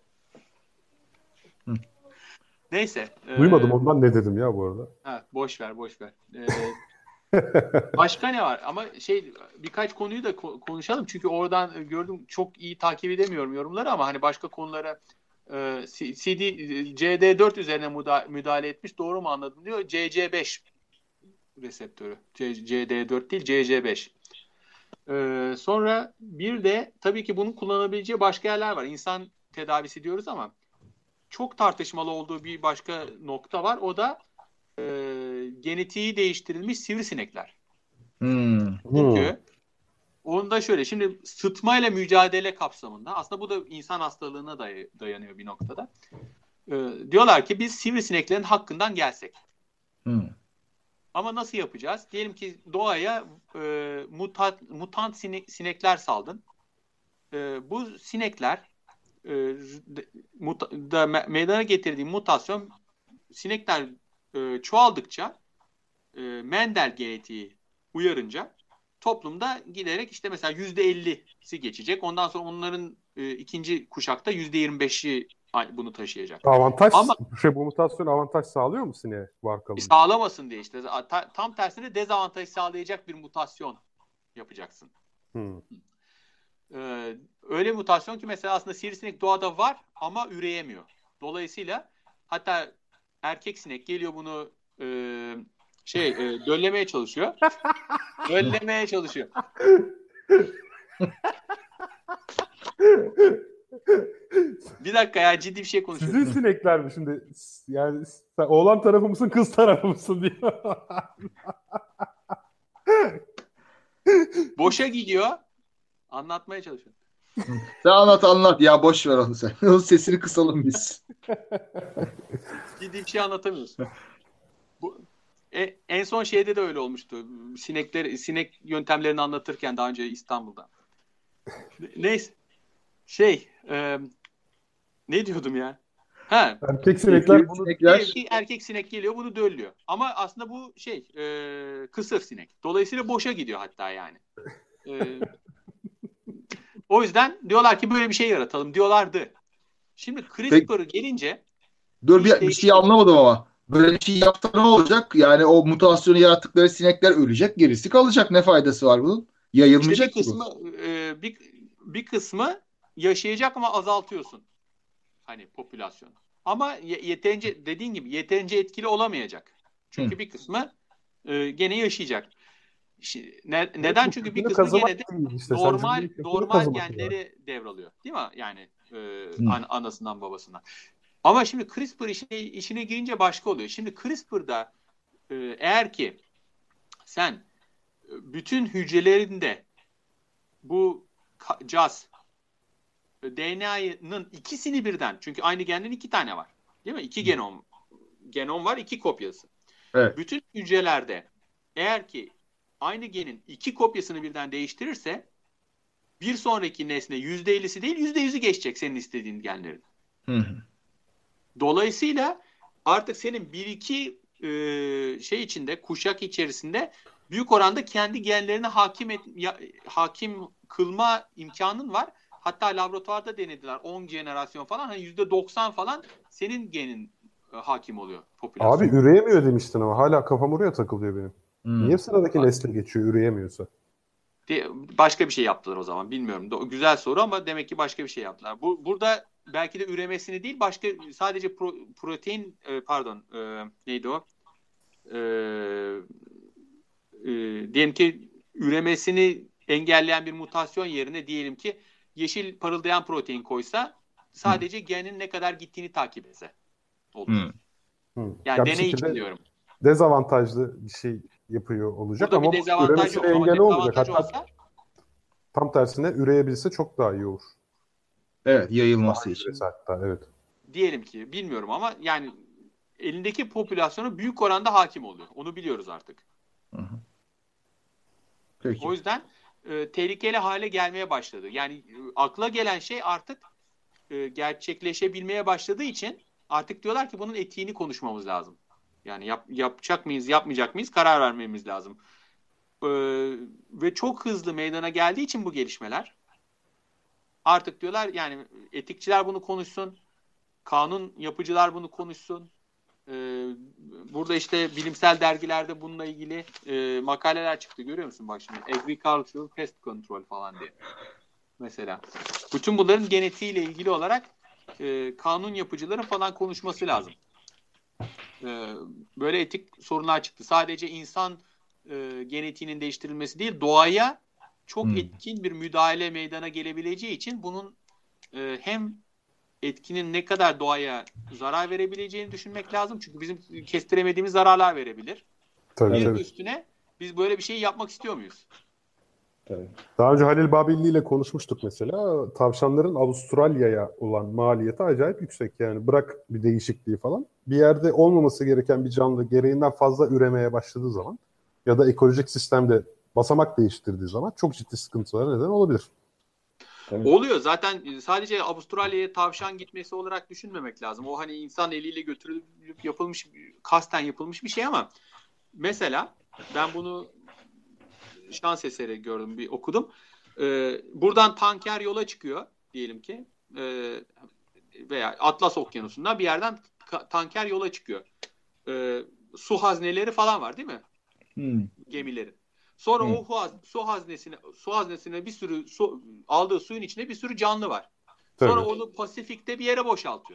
Hı. Neyse. e, Duymadım ondan ne dedim ya bu arada. ha, boş ver, boş ver. E, başka ne var? Ama şey birkaç konuyu da ko- konuşalım. Çünkü oradan e, gördüm çok iyi takip edemiyorum yorumları ama hani başka konulara e, C- CD, C D dört üzerine müda- müdahale etmiş. Doğru mu anladım diyor. C C beş reseptörü. C- CD dört değil C C beş. Ee, sonra bir de tabii ki bunun kullanabileceği başka yerler var. İnsan tedavisi diyoruz ama çok tartışmalı olduğu bir başka nokta var. O da e, genetiği değiştirilmiş sivrisinekler. Hmm. Hmm. Çünkü onda şöyle şimdi sıtmayla mücadele kapsamında aslında bu da insan hastalığına day- dayanıyor bir noktada. Ee, diyorlar ki biz sivrisineklerin hakkından gelsek. Hmm. Ama nasıl yapacağız? Diyelim ki doğaya e, mutant, mutant sine- sinekler saldın. E, bu sinekler e, de, muta- da me- meydana getirdiği mutasyon sinekler e, çoğaldıkça e, Mendel genetiği uyarınca toplumda giderek işte mesela yüzde ellisi geçecek. Ondan sonra onların e, ikinci kuşakta yüzde yirmi beşi bunu taşıyacak. Avantaj, Ama şey bu mutasyon avantaj sağlıyor mu sineğe var kalın? sağlamasın diye işte ta- tam tersine dezavantaj sağlayacak bir mutasyon yapacaksın. Hmm. Ee, öyle mutasyon ki mesela aslında sivrisinek doğada var ama üreyemiyor. Dolayısıyla hatta erkek sinek geliyor bunu e, şey e, döllemeye çalışıyor. Döllemeye çalışıyor. Bir dakika ya ciddi bir şey konuşuyoruz. Sizin sinekler mi şimdi? Yani sen oğlan tarafı mısın kız tarafı mısın diyor. Boşa gidiyor. Anlatmaya çalışıyor. Sen anlat anlat ya boş ver onu sen. Onun sesini kısalım biz. Ciddi bir şey anlatamıyorsun. Bu, e, en son şeyde de öyle olmuştu. Sinekler, sinek yöntemlerini anlatırken daha önce İstanbul'da. Neyse. Şey, e, ne diyordum ya? Ha, Erkek sinekler bunu Sinekler diyelim ki erkek sinek geliyor bunu döllüyor. Ama aslında bu şey, e, kısır sinek. Dolayısıyla boşa gidiyor hatta yani. E, o yüzden diyorlar ki böyle bir şey yaratalım diyorlardı. Şimdi CRISPR gelince dur iş bir, bir şey değişti. anlamadım ama. Böyle bir şey yapsa ne olacak? Yani o mutasyonu yarattıkları sinekler ölecek, gerisi kalacak. Ne faydası var bunun? İşte bir Yayılmayacak ki bu. kısmı e, bir, bir kısmı yaşayacak ama azaltıyorsun. Hani popülasyonu. Ama ye- yeterince dediğin gibi yeterince etkili olamayacak. Çünkü Hı. bir kısmı e, gene yaşayacak. Şi- ne- neden? Çünkü bir kökünü kısmı kazımak gene de değil işte. Sen normal cümlenin kökünü normal kazımak lazım. genleri devralıyor. Değil mi? Yani e, Hı. an- anasından babasından. Ama şimdi CRISPR işine, işine girince başka oluyor. Şimdi CRISPR'da e, eğer ki sen e, bütün hücrelerinde bu ka- Cas D N A'nın ikisini birden çünkü aynı genden iki tane var. Değil mi? İki genom genom var, iki kopyası. Evet. Bütün hücrelerde eğer ki aynı genin iki kopyasını birden değiştirirse bir sonraki nesne yüzde ellisi değil yüzde yüzü geçecek senin istediğin genlerin. Hı hı. Dolayısıyla artık senin bir iki e, şey içinde kuşak içerisinde büyük oranda kendi genlerine hakim et, ya, hakim kılma imkanın var. Hatta laboratuvarda denediler on jenerasyon falan hani yüzde doksan falan senin genin e, hakim oluyor popülasyon. Abi üreyemiyor demiştin ama hala kafam oraya takılıyor benim. Hı. Niye sıradaki Abi. nesle geçiyor üreyemiyorsa? De, başka bir şey yaptılar o zaman bilmiyorum. Do- güzel soru ama demek ki başka bir şey yaptılar. Bu burada belki de üremesini değil başka sadece pro, protein e, pardon e, neydi o? E, e, diyelim ki üremesini engelleyen bir mutasyon yerine diyelim ki yeşil parıldayan protein koysa sadece genin ne kadar gittiğini takip etse olur. Hı. Hı. Yani Ya bir deney için şekilde diyorum. dezavantajlı bir şey yapıyor olacak Burada ama bir bu dezavantaj üremesine yok ama engel olmayacak. dezavantaj Hatta olsa tam tersine üreyebilse çok daha iyi olur. Evet, yayılması Daha için. ürese hatta, evet. diyelim ki bilmiyorum ama yani elindeki popülasyona büyük oranda hakim oluyor. Onu biliyoruz artık. Hı hı. O Peki. yüzden e, tehlikeli hale gelmeye başladı. Yani e, akla gelen şey artık e, gerçekleşebilmeye başladığı için artık diyorlar ki bunun etiğini konuşmamız lazım. Yani yap, yapacak mıyız, yapmayacak mıyız karar vermemiz lazım. E, ve çok hızlı meydana geldiği için bu gelişmeler artık diyorlar yani etikçiler bunu konuşsun, kanun yapıcılar bunu konuşsun. E, burada işte bilimsel dergilerde bununla ilgili e, makaleler çıktı, görüyor musun bak şimdi? Agricultural Pest Control falan diye. Mesela. Bütün bunların genetiğiyle ilgili olarak e, kanun yapıcıların falan konuşması lazım. E, böyle etik sorunlar çıktı. Sadece insan e, genetiğinin değiştirilmesi değil, doğaya çok Hmm. etkin bir müdahale meydana gelebileceği için bunun e, hem etkinin ne kadar doğaya zarar verebileceğini düşünmek lazım. Çünkü bizim kestiremediğimiz zararlar verebilir. Tabii Bir tabii. üstüne biz böyle bir şey yapmak istiyor muyuz? Tabii. Daha önce Halil Babilli ile konuşmuştuk mesela. Tavşanların Avustralya'ya olan maliyeti acayip yüksek yani. Bırak bir değişikliği falan. Bir yerde olmaması gereken bir canlı gereğinden fazla üremeye başladığı zaman ya da ekolojik sistemde basamak değiştirdiği zaman çok ciddi sıkıntılara neden olabilir. Tabii. Oluyor. Zaten sadece Avustralya'ya tavşan gitmesi olarak düşünmemek lazım. O hani insan eliyle götürülüp yapılmış, kasten yapılmış bir şey ama mesela ben bunu şans eseri gördüm, bir okudum. Ee, buradan tanker yola çıkıyor diyelim ki ee, veya Atlas Okyanusu'ndan bir yerden ka- tanker yola çıkıyor. Ee, su hazneleri falan var değil mi? Hmm. Gemilerin. Sonra Hmm. o haz, su haznesine su haznesine bir sürü su, aldığı suyun içinde bir sürü canlı var. Sonra Tabii. onu Pasifik'te bir yere boşaltıyor.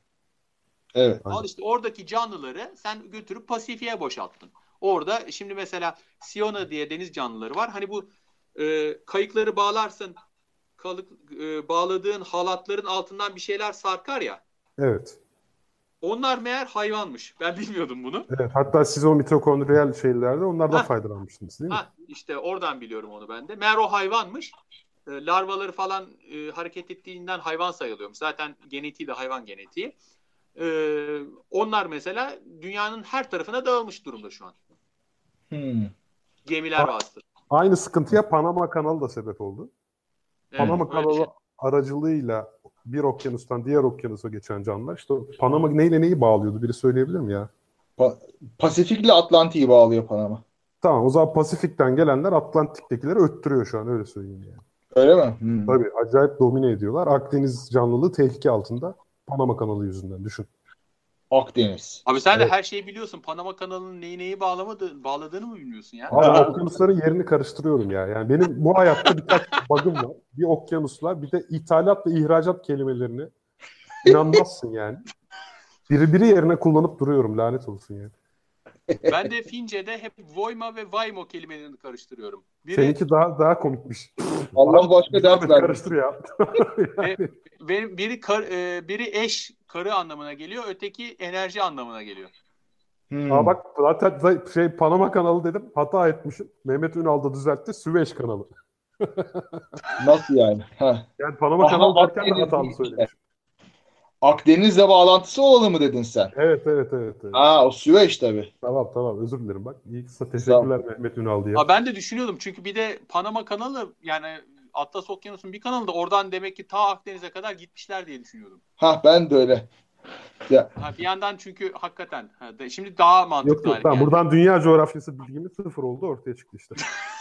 Evet. Aynen. Al işte oradaki canlıları sen götürüp Pasifik'e boşalttın. Orada şimdi mesela Siona diye deniz canlıları var. Hani bu e, kayıkları bağlarsın, kalık, e, bağladığın halatların altından bir şeyler sarkar ya. Evet. Onlar meğer hayvanmış. Ben bilmiyordum bunu. Evet. Hatta siz o mitokondriyal şeylerde onlardan Hah, faydalanmıştınız değil mi? hah, işte oradan biliyorum onu ben de. Meğer o hayvanmış. E, larvaları falan e, hareket ettiğinden hayvan sayılıyormuş. Zaten genetiği de hayvan genetiği. E, onlar mesela dünyanın her tarafına dağılmış durumda şu an. Hmm. Gemiler vasıtasıyla. Aynı sıkıntıya Panama kanalı da sebep oldu. Evet, Panama öyle kanalı şey. aracılığıyla bir okyanustan diğer okyanusa geçen canlılar. İşte o Panama neyle neyi bağlıyordu? Biri söyleyebilir mi ya? Pa- Pasifik'le Atlantik'i bağlıyor Panama. Tamam, o zaman Pasifik'ten gelenler Atlantik'tekileri öttürüyor şu an, öyle söyleyeyim yani. Öyle mi? Hmm. Tabii acayip domine ediyorlar. Akdeniz canlılığı tehlike altında Panama kanalı yüzünden, düşün. Akdeniz. Abi sen de Evet. her şeyi biliyorsun. Panama kanalının neyi neyi bağlamadı, bağladığını mı bilmiyorsun ya? Abi Ha. okyanusların yerini karıştırıyorum ya. Yani benim bu hayatta birkaç bug'ım var. Bir okyanuslar, bir de ithalat ve ihracat kelimelerini inanmazsın yani. Biri biri yerine kullanıp duruyorum, lanet olsun yani. Ben de Fince'de hep Voima ve Vaimo kelimelerini karıştırıyorum. Biri Seninki daha daha komikmiş. Allah Abi, başka bir ders zahmet vermesin. karıştır ya. ve, Yani, ve biri kar, e, biri eş, karı anlamına geliyor, öteki enerji anlamına geliyor. Hmm. aa bak zaten da- şey Panama kanalı dedim, hata etmişim. Mehmet Ünal da düzeltti. Süveyş kanalı. Nasıl yani? Ha. Yani Panama Aha, kanalı derken de Akdeniz hatalı değil işte. söylemişim. Akdeniz'le bağlantısı olanı mı dedin sen? Evet evet evet. evet. Aa, o Süveyş tabii. Tamam tamam, özür dilerim bak. İyi kısa Sağ ol. teşekkürler Mehmet Ünal diye. Aa, ben de düşünüyordum çünkü bir de Panama kanalı yani Atlas Okyanusu'nun bir kanalı da oradan demek ki ta Akdeniz'e kadar gitmişler diye düşünüyordum. Ha, ben de öyle. Ya, Ha, bir yandan çünkü hakikaten ha, de- şimdi daha mantıklı Yok yok hale tamam, geldi. buradan dünya coğrafyası bilgimiz sıfır oldu, ortaya çıktı işte.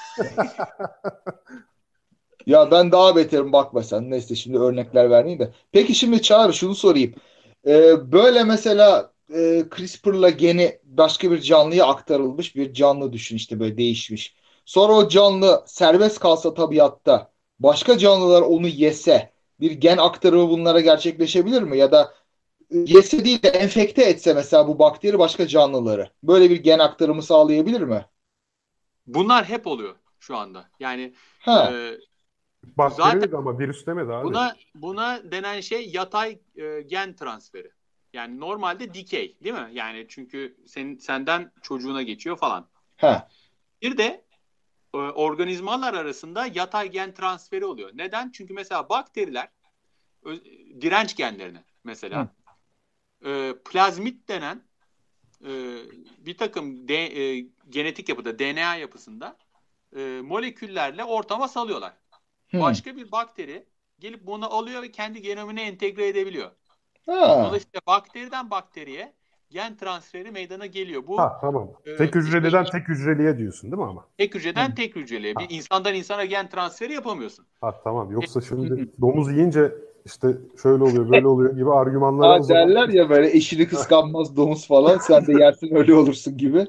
ya ben daha beterim, bakma sen. Neyse, şimdi örnekler vermeyeyim de. Peki şimdi Çağrı, şunu sorayım. Ee, böyle mesela e, CRISPR'la geni başka bir canlıya aktarılmış bir canlı düşün, işte böyle değişmiş. Sonra o canlı serbest kalsa tabiatta, başka canlılar onu yese, bir gen aktarımı bunlara gerçekleşebilir mi? Ya da e, yese değil de enfekte etse mesela bu bakteri başka canlıları. Böyle bir gen aktarımı sağlayabilir mi? Bunlar hep oluyor şu anda. Yani Ha. e, Bakteri zaten yok ama virüs demedi abi. buna buna denen şey yatay e, gen transferi. Yani normalde dikey değil mi? Yani çünkü sen, senden çocuğuna geçiyor falan. Ha. Bir de e, organizmalar arasında yatay gen transferi oluyor. Neden? Çünkü mesela bakteriler ö- direnç genlerine mesela e, plazmit denen e, bir takım de, e, genetik yapıda D N A yapısında e, moleküllerle ortama salıyorlar. Hı. Başka bir bakteri gelip bunu alıyor ve kendi genomine entegre edebiliyor. Ha. Dolayısıyla bakteriden bakteriye gen transferi meydana geliyor. Bu Ha tamam. e, Tek işte hücreliden tek hücreliğe diyorsun değil mi ama? tek Hı. hücreden tek hücreliğe. Bir Ha, insandan insana gen transferi yapamıyorsun. ha tamam. E, Yoksa şimdi Hı. domuz yiyince işte şöyle oluyor böyle oluyor gibi argümanlara o Ha zaman. derler ya böyle eşini kıskanmaz domuz falan. Sen de yersin öyle olursun gibi.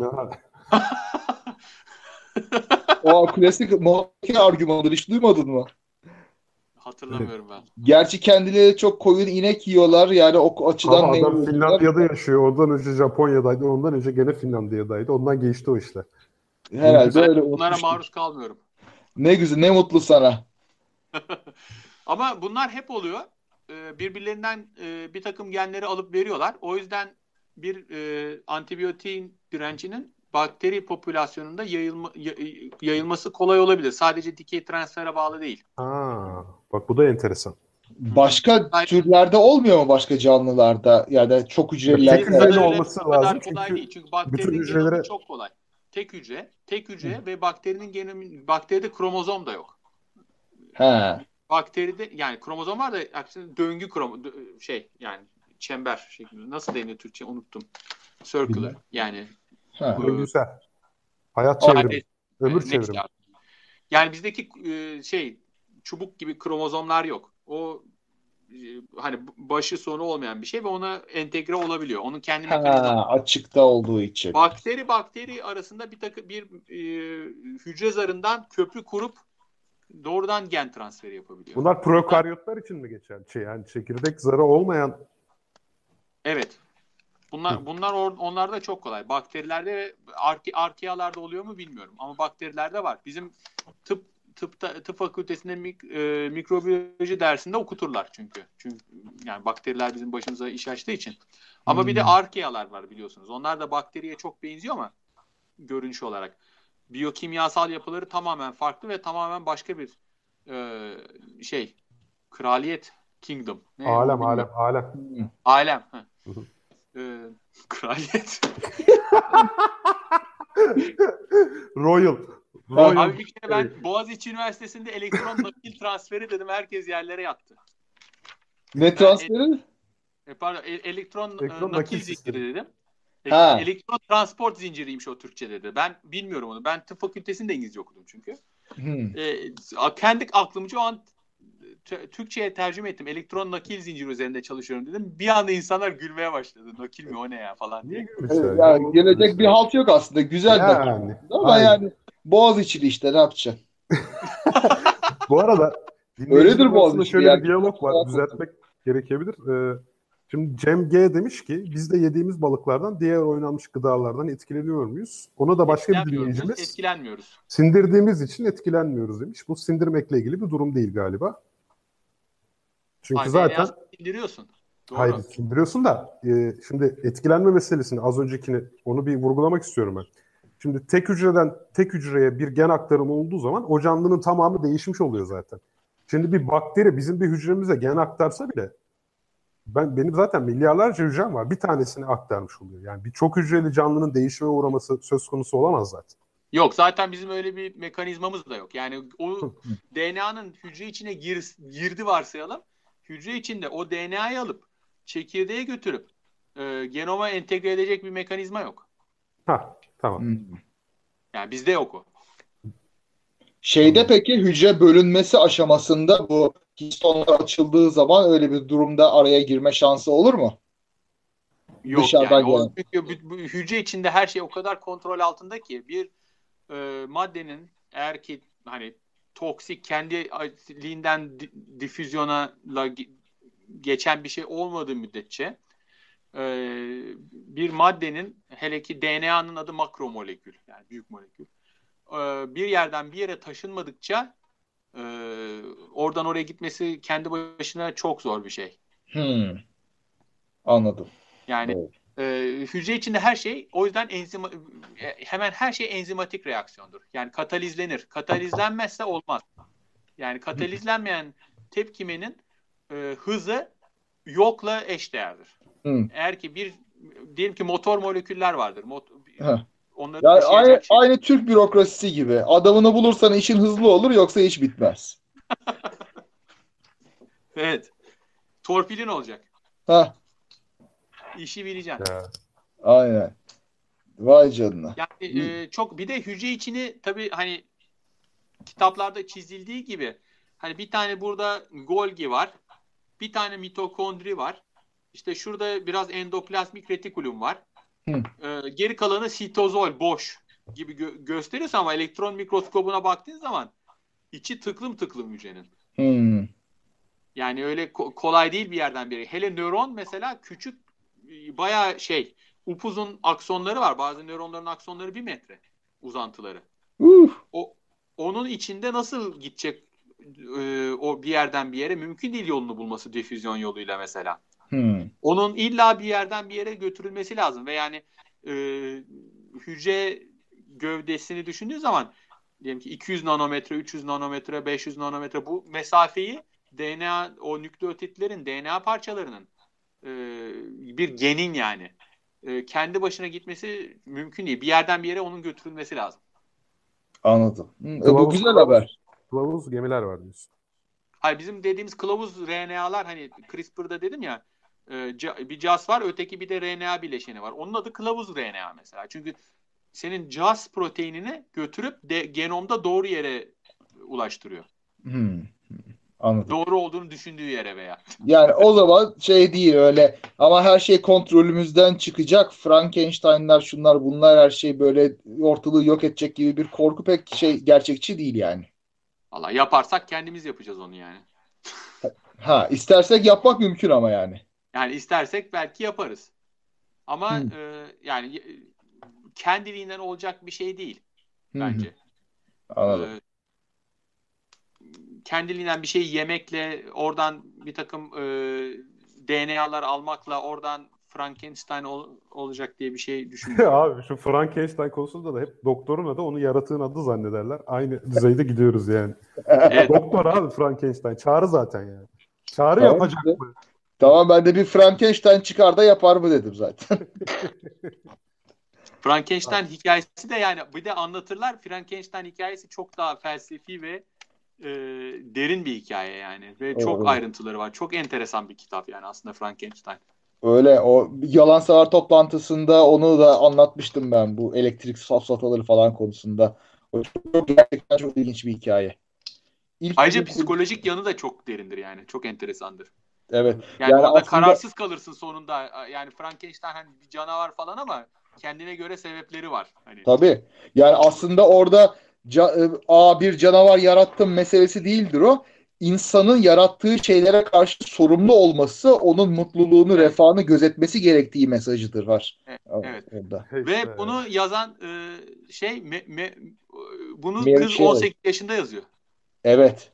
O klasik Monkey argümanıdır. Hiç duymadın mı? Hatırlamıyorum ben. Gerçi kendileri çok koyun inek yiyorlar. Yani o açıdan Ama ne adam yiyorlar? Finlandiya'da yaşıyor. Ondan önce Japonya'daydı. Ondan önce gene Finlandiya'daydı. Ondan geçti o işler. Herhalde Ben öyle bunlara unutmuştum. maruz kalmıyorum. Ne güzel, ne mutlu sana. Ama bunlar hep oluyor. Ee, birbirlerinden e, bir takım genleri alıp veriyorlar. O yüzden bir e, antibiyotiğin direncinin bakteri popülasyonunda yayılma, yayılması kolay olabilir. Sadece dikey transfere bağlı değil. Ha, bak bu da enteresan. Başka türlerde olmuyor mu başka canlılarda? Yani çok Ya hücreliler. tek hücreli Öyle olması o kadar lazım kolay çünkü değil. Çünkü bütün bakterinin genomu hücrelere çok kolay. Tek hücre, tek hücre ve bakterinin genomu, bakteride kromozom da yok. Ha. Bakteride yani kromozom var da aksine döngü kromo şey yani çember şeklinde. Nasıl deniyor Türkçe unuttum. Circular Bilmem. yani Ha. e, döngüsel, hayat O- çevrimi, ömür neyse çevrimi. abi. Yani bizdeki e, şey çubuk gibi kromozomlar yok. O e, hani başı sonu olmayan bir şey ve ona entegre olabiliyor. Onun kendi Ha, mekanizması. açıkta olduğu için. Bakteri bakteri arasında bir takı bir e, hücre zarından köprü kurup doğrudan gen transferi yapabiliyor. Bunlar prokaryotlar için mi geçerli? Şey, yani çekirdek zarı olmayan. Evet. Bunlar bunlar or, onlarda çok kolay. Bakterilerde ve arke, arkealarda oluyor mu bilmiyorum ama bakterilerde var. Bizim tıp tıpta tıp fakültesinde mik, e, mikrobiyoloji dersinde okuturlar çünkü. Çünkü yani bakteriler bizim başımıza iş açtığı için. Ama Hmm. bir de arkealar var biliyorsunuz. Onlar da bakteriye çok benziyor ama görünüş olarak biyokimyasal yapıları tamamen farklı ve tamamen başka bir e, şey kraliyet kingdom. Ne onu Alem, bilmiyorum. alem, alem. Hmm. Alem. Hı. Hı hı. E, kraliyet. Royal. Royal. Abi bir kere ben Boğaziçi Üniversitesi'nde elektron nakil transferi dedim. Herkes yerlere yattı. Ne Ben transferi? e, pardon, e- elektron e, Elektron nakil nakil zinciri sistemi. dedim. E, Ha. elektron transport zinciriymiş o Türkçe dedi. Ben bilmiyorum onu. Ben tıp fakültesinde İngilizce okudum çünkü. Hmm. E, kendi aklımca o an t- Türkçe'ye tercüme ettim. Elektron nakil zinciri üzerinde çalışıyorum dedim. Bir anda insanlar gülmeye başladı. Nakil mi o ne ya falan Niye diye. gülmüşler? Evet, Ya yani o- gelecek bir halt yok aslında. Güzel nakil Yani. ama Aynen. yani Boğaziçi'li işte ne yapacaksın? Bu arada dinleyiciler Öyledir arasında Boğaziçi'li şöyle yani. bir diyalog var. Düzeltmek gerekebilir. Ee, şimdi Cem G demiş ki biz de yediğimiz balıklardan diğer oynanmış gıdalardan etkileniyor muyuz? Ona da başka bir Etkilenmiyor muyuz? dinleyicimiz Etkilenmiyoruz. sindirdiğimiz için etkilenmiyoruz demiş. Bu sindirmekle ilgili bir durum değil galiba. Çünkü Ha, zaten D N A'sını indiriyorsun. Doğru. hayır sindiriyorsun da e, şimdi etkilenme meselesini az öncekini onu bir vurgulamak istiyorum ben. Şimdi tek hücreden tek hücreye bir gen aktarımı olduğu zaman o canlının tamamı değişmiş oluyor zaten. Şimdi bir bakteri bizim bir hücremize gen aktarsa bile ben benim zaten milyarlarca hücrem var. Bir tanesini aktarmış oluyor. Yani bir çok hücreli canlının değişime uğraması söz konusu olamaz zaten. Yok zaten bizim öyle bir mekanizmamız da yok. Yani o Hı. D N A'nın hücre içine gir, girdi varsayalım. Hücre içinde o D N A'yı alıp çekirdeğe götürüp e, genoma entegre edecek bir mekanizma yok. Ha, tamam. Hmm. Yani bizde yok o. Şeyde Anladım. peki hücre bölünmesi aşamasında bu histonlar açıldığı zaman öyle bir durumda araya girme şansı olur mu? Yok Dışarıdan yani. O, gelen. çünkü bu, bu hücre içinde her şey o kadar kontrol altında ki bir e, maddenin eğer ki hani toksik kendiliğinden di, difüzyona la, geçen bir şey olmadığı müddetçe e, bir maddenin hele ki D N A'nın adı makromolekül yani büyük molekül e, bir yerden bir yere taşınmadıkça e, oradan oraya gitmesi kendi başına çok zor bir şey. Hmm. Anladım. Yani Evet. e, hücre içinde her şey o yüzden enzim hemen her şey enzimatik reaksiyondur. Yani katalizlenir. Katalizlenmezse olmaz. Yani katalizlenmeyen tepkimenin e, hızı yokla eşdeğerdir. Hı. Eğer ki bir diyelim ki motor moleküller vardır. Mot Heh. onları Yani aynı, taşıyacak şey. aynı Türk bürokrasisi gibi. Adamını bulursan işin hızlı olur yoksa iş bitmez. Evet. Torpilin olacak. Ha, İşi bileceksin. Ya. aynen. Vay canına. Yani e, çok bir de hücre içini tabii hani kitaplarda çizildiği gibi hani bir tane burada Golgi var. Bir tane mitokondri var. İşte şurada biraz endoplazmik retikulum var. Hı. Ee, geri kalanı sitozol, boş gibi gö- gösteriyorsa ama elektron mikroskobuna baktığın zaman içi tıklım tıklım hücrenin. Hmm. Yani öyle ko- kolay değil bir yerden biri. Hele nöron mesela küçük e, bayağı şey upuzun aksonları var. Bazı nöronların aksonları bir metre uzantıları. Uh. O onun içinde nasıl gidecek e, o bir yerden bir yere mümkün değil yolunu bulması difüzyon yoluyla mesela. Hmm. Onun illa bir yerden bir yere götürülmesi lazım ve yani e, hücre gövdesini düşündüğün zaman diyelim ki iki yüz nanometre, üç yüz nanometre, beş yüz nanometre bu mesafeyi D N A o nükleotitlerin D N A parçalarının e, bir genin yani e, kendi başına gitmesi mümkün değil. Bir yerden bir yere onun götürülmesi lazım. Anladım. Hı, e, bu Kılavuz, güzel kılavuz, haber. kılavuz gemiler var diyorsun. Hayır bizim dediğimiz kılavuz R N A'lar hani CRISPR'da dedim ya e, ca- bir Cas var öteki bir de R N A bileşeni var. Onun adı kılavuz R N A mesela. Çünkü senin Cas proteinini götürüp de, genomda doğru yere ulaştırıyor. Hmm. Anladım. Doğru olduğunu düşündüğü yere veya. Yani o zaman şey değil öyle ama her şey kontrolümüzden çıkacak. Frankenstein'lar şunlar bunlar her şey böyle ortalığı yok edecek gibi bir korku pek şey gerçekçi değil yani. Valla yaparsak kendimiz yapacağız onu yani. Ha istersek yapmak mümkün ama yani. Yani istersek belki yaparız. Ama Hı. e, yani e, kendiliğinden olacak bir şey değil Hı hı. bence. Anladım. E, kendiliğinden bir şey yemekle oradan bir takım e, D N A'lar almakla oradan Frankenstein ol, olacak diye bir şey düşünmüyorum. Abi şu Frankenstein konusunda da hep doktorun adı onu yaratığın adı zannederler. Aynı düzeyde gidiyoruz yani. Evet. Doktor abi Frankenstein. Çağrı zaten yani. Çağrı Tamam yapacak işte. mı? Tamam ben de bir Frankenstein çıkar da yapar mı dedim zaten. Frankenstein hikayesi de yani bir de anlatırlar. Frankenstein hikayesi çok daha felsefi ve e, derin bir hikaye yani. Ve çok Öyle. ayrıntıları var. Çok enteresan bir kitap yani aslında Frankenstein. Öyle o yalan savar toplantısında onu da anlatmıştım ben bu elektrik safsataları falan konusunda. O çok, gerçekten çok ilginç bir hikaye. İlk Ayrıca bilim kurgu. psikolojik yanı da çok derindir yani. Çok enteresandır. Evet. Yani, Yani orada aslında kararsız kalırsın sonunda. Yani Frankenstein hani bir canavar falan ama kendine göre sebepleri var. Hani tabii. Yani aslında orada ca- a bir canavar yarattım meselesi değildir o. İnsanın yarattığı şeylere karşı sorumlu olması, onun mutluluğunu, evet, refahını gözetmesi gerektiği mesajıdır var. evet, O- evet. Orada. İşte, Ve bunu yazan e, şey me, me, bunu Mary kız Shelley. on sekiz yaşında yazıyor. Evet.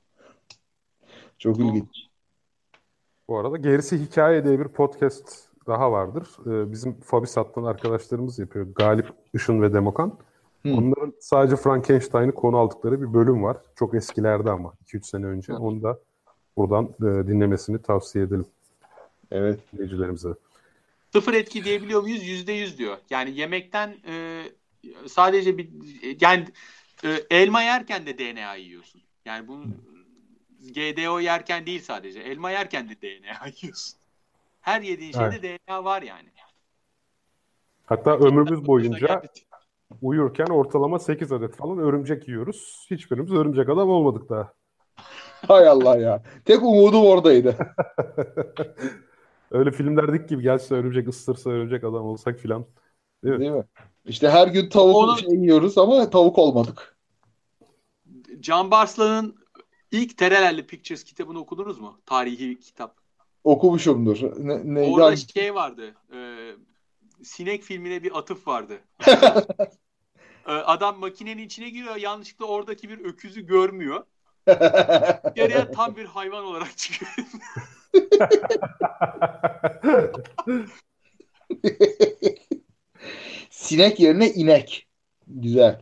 Çok O, ilginç. bu arada Gerisi Hikaye diye bir podcast daha vardır. Ee, bizim Fabisat'tan arkadaşlarımız yapıyor. Galip Işın ve Demokan. Hı. Onların sadece Frankenstein'ı konu aldıkları bir bölüm var. Çok eskilerde ama iki üç sene önce. Hı. Onu da buradan e, dinlemesini tavsiye edelim Evet. dinleyicilerimize. sıfır etki diyebiliyor muyuz? Yüzde yüz diyor. Yani yemekten e, sadece bir yani e, elma yerken de D N A yiyorsun. Yani bunu G D O yerken değil sadece. Elma yerken de D N A yiyorsun. Her yediğin şeyde Evet. D N A var yani. Hatta Erkekler ömrümüz başına boyunca geldi. uyurken ortalama sekiz adet falan örümcek yiyoruz. Hiçbirimiz örümcek adam olmadık daha. Hay Allah ya. Tek umudum oradaydı. Öyle filmlerdeki gibi gelse örümcek ısırsa örümcek adam olsak filan. Değil mi? Değil mi? İşte her gün tavuk Onun şey yiyoruz ama tavuk olmadık. Can Barslan'ın ilk Terelelli Pictures kitabını okudunuz mu? Tarihi kitap. Okumuşumdur. Ne, neydi? Orada Hangi- şey vardı. E, Sinek filmine bir atıf vardı. E, adam makinenin içine giriyor. Yanlışlıkla oradaki bir öküzü görmüyor. Geriye tam bir hayvan olarak çıkıyor. Sinek yerine inek. Güzel.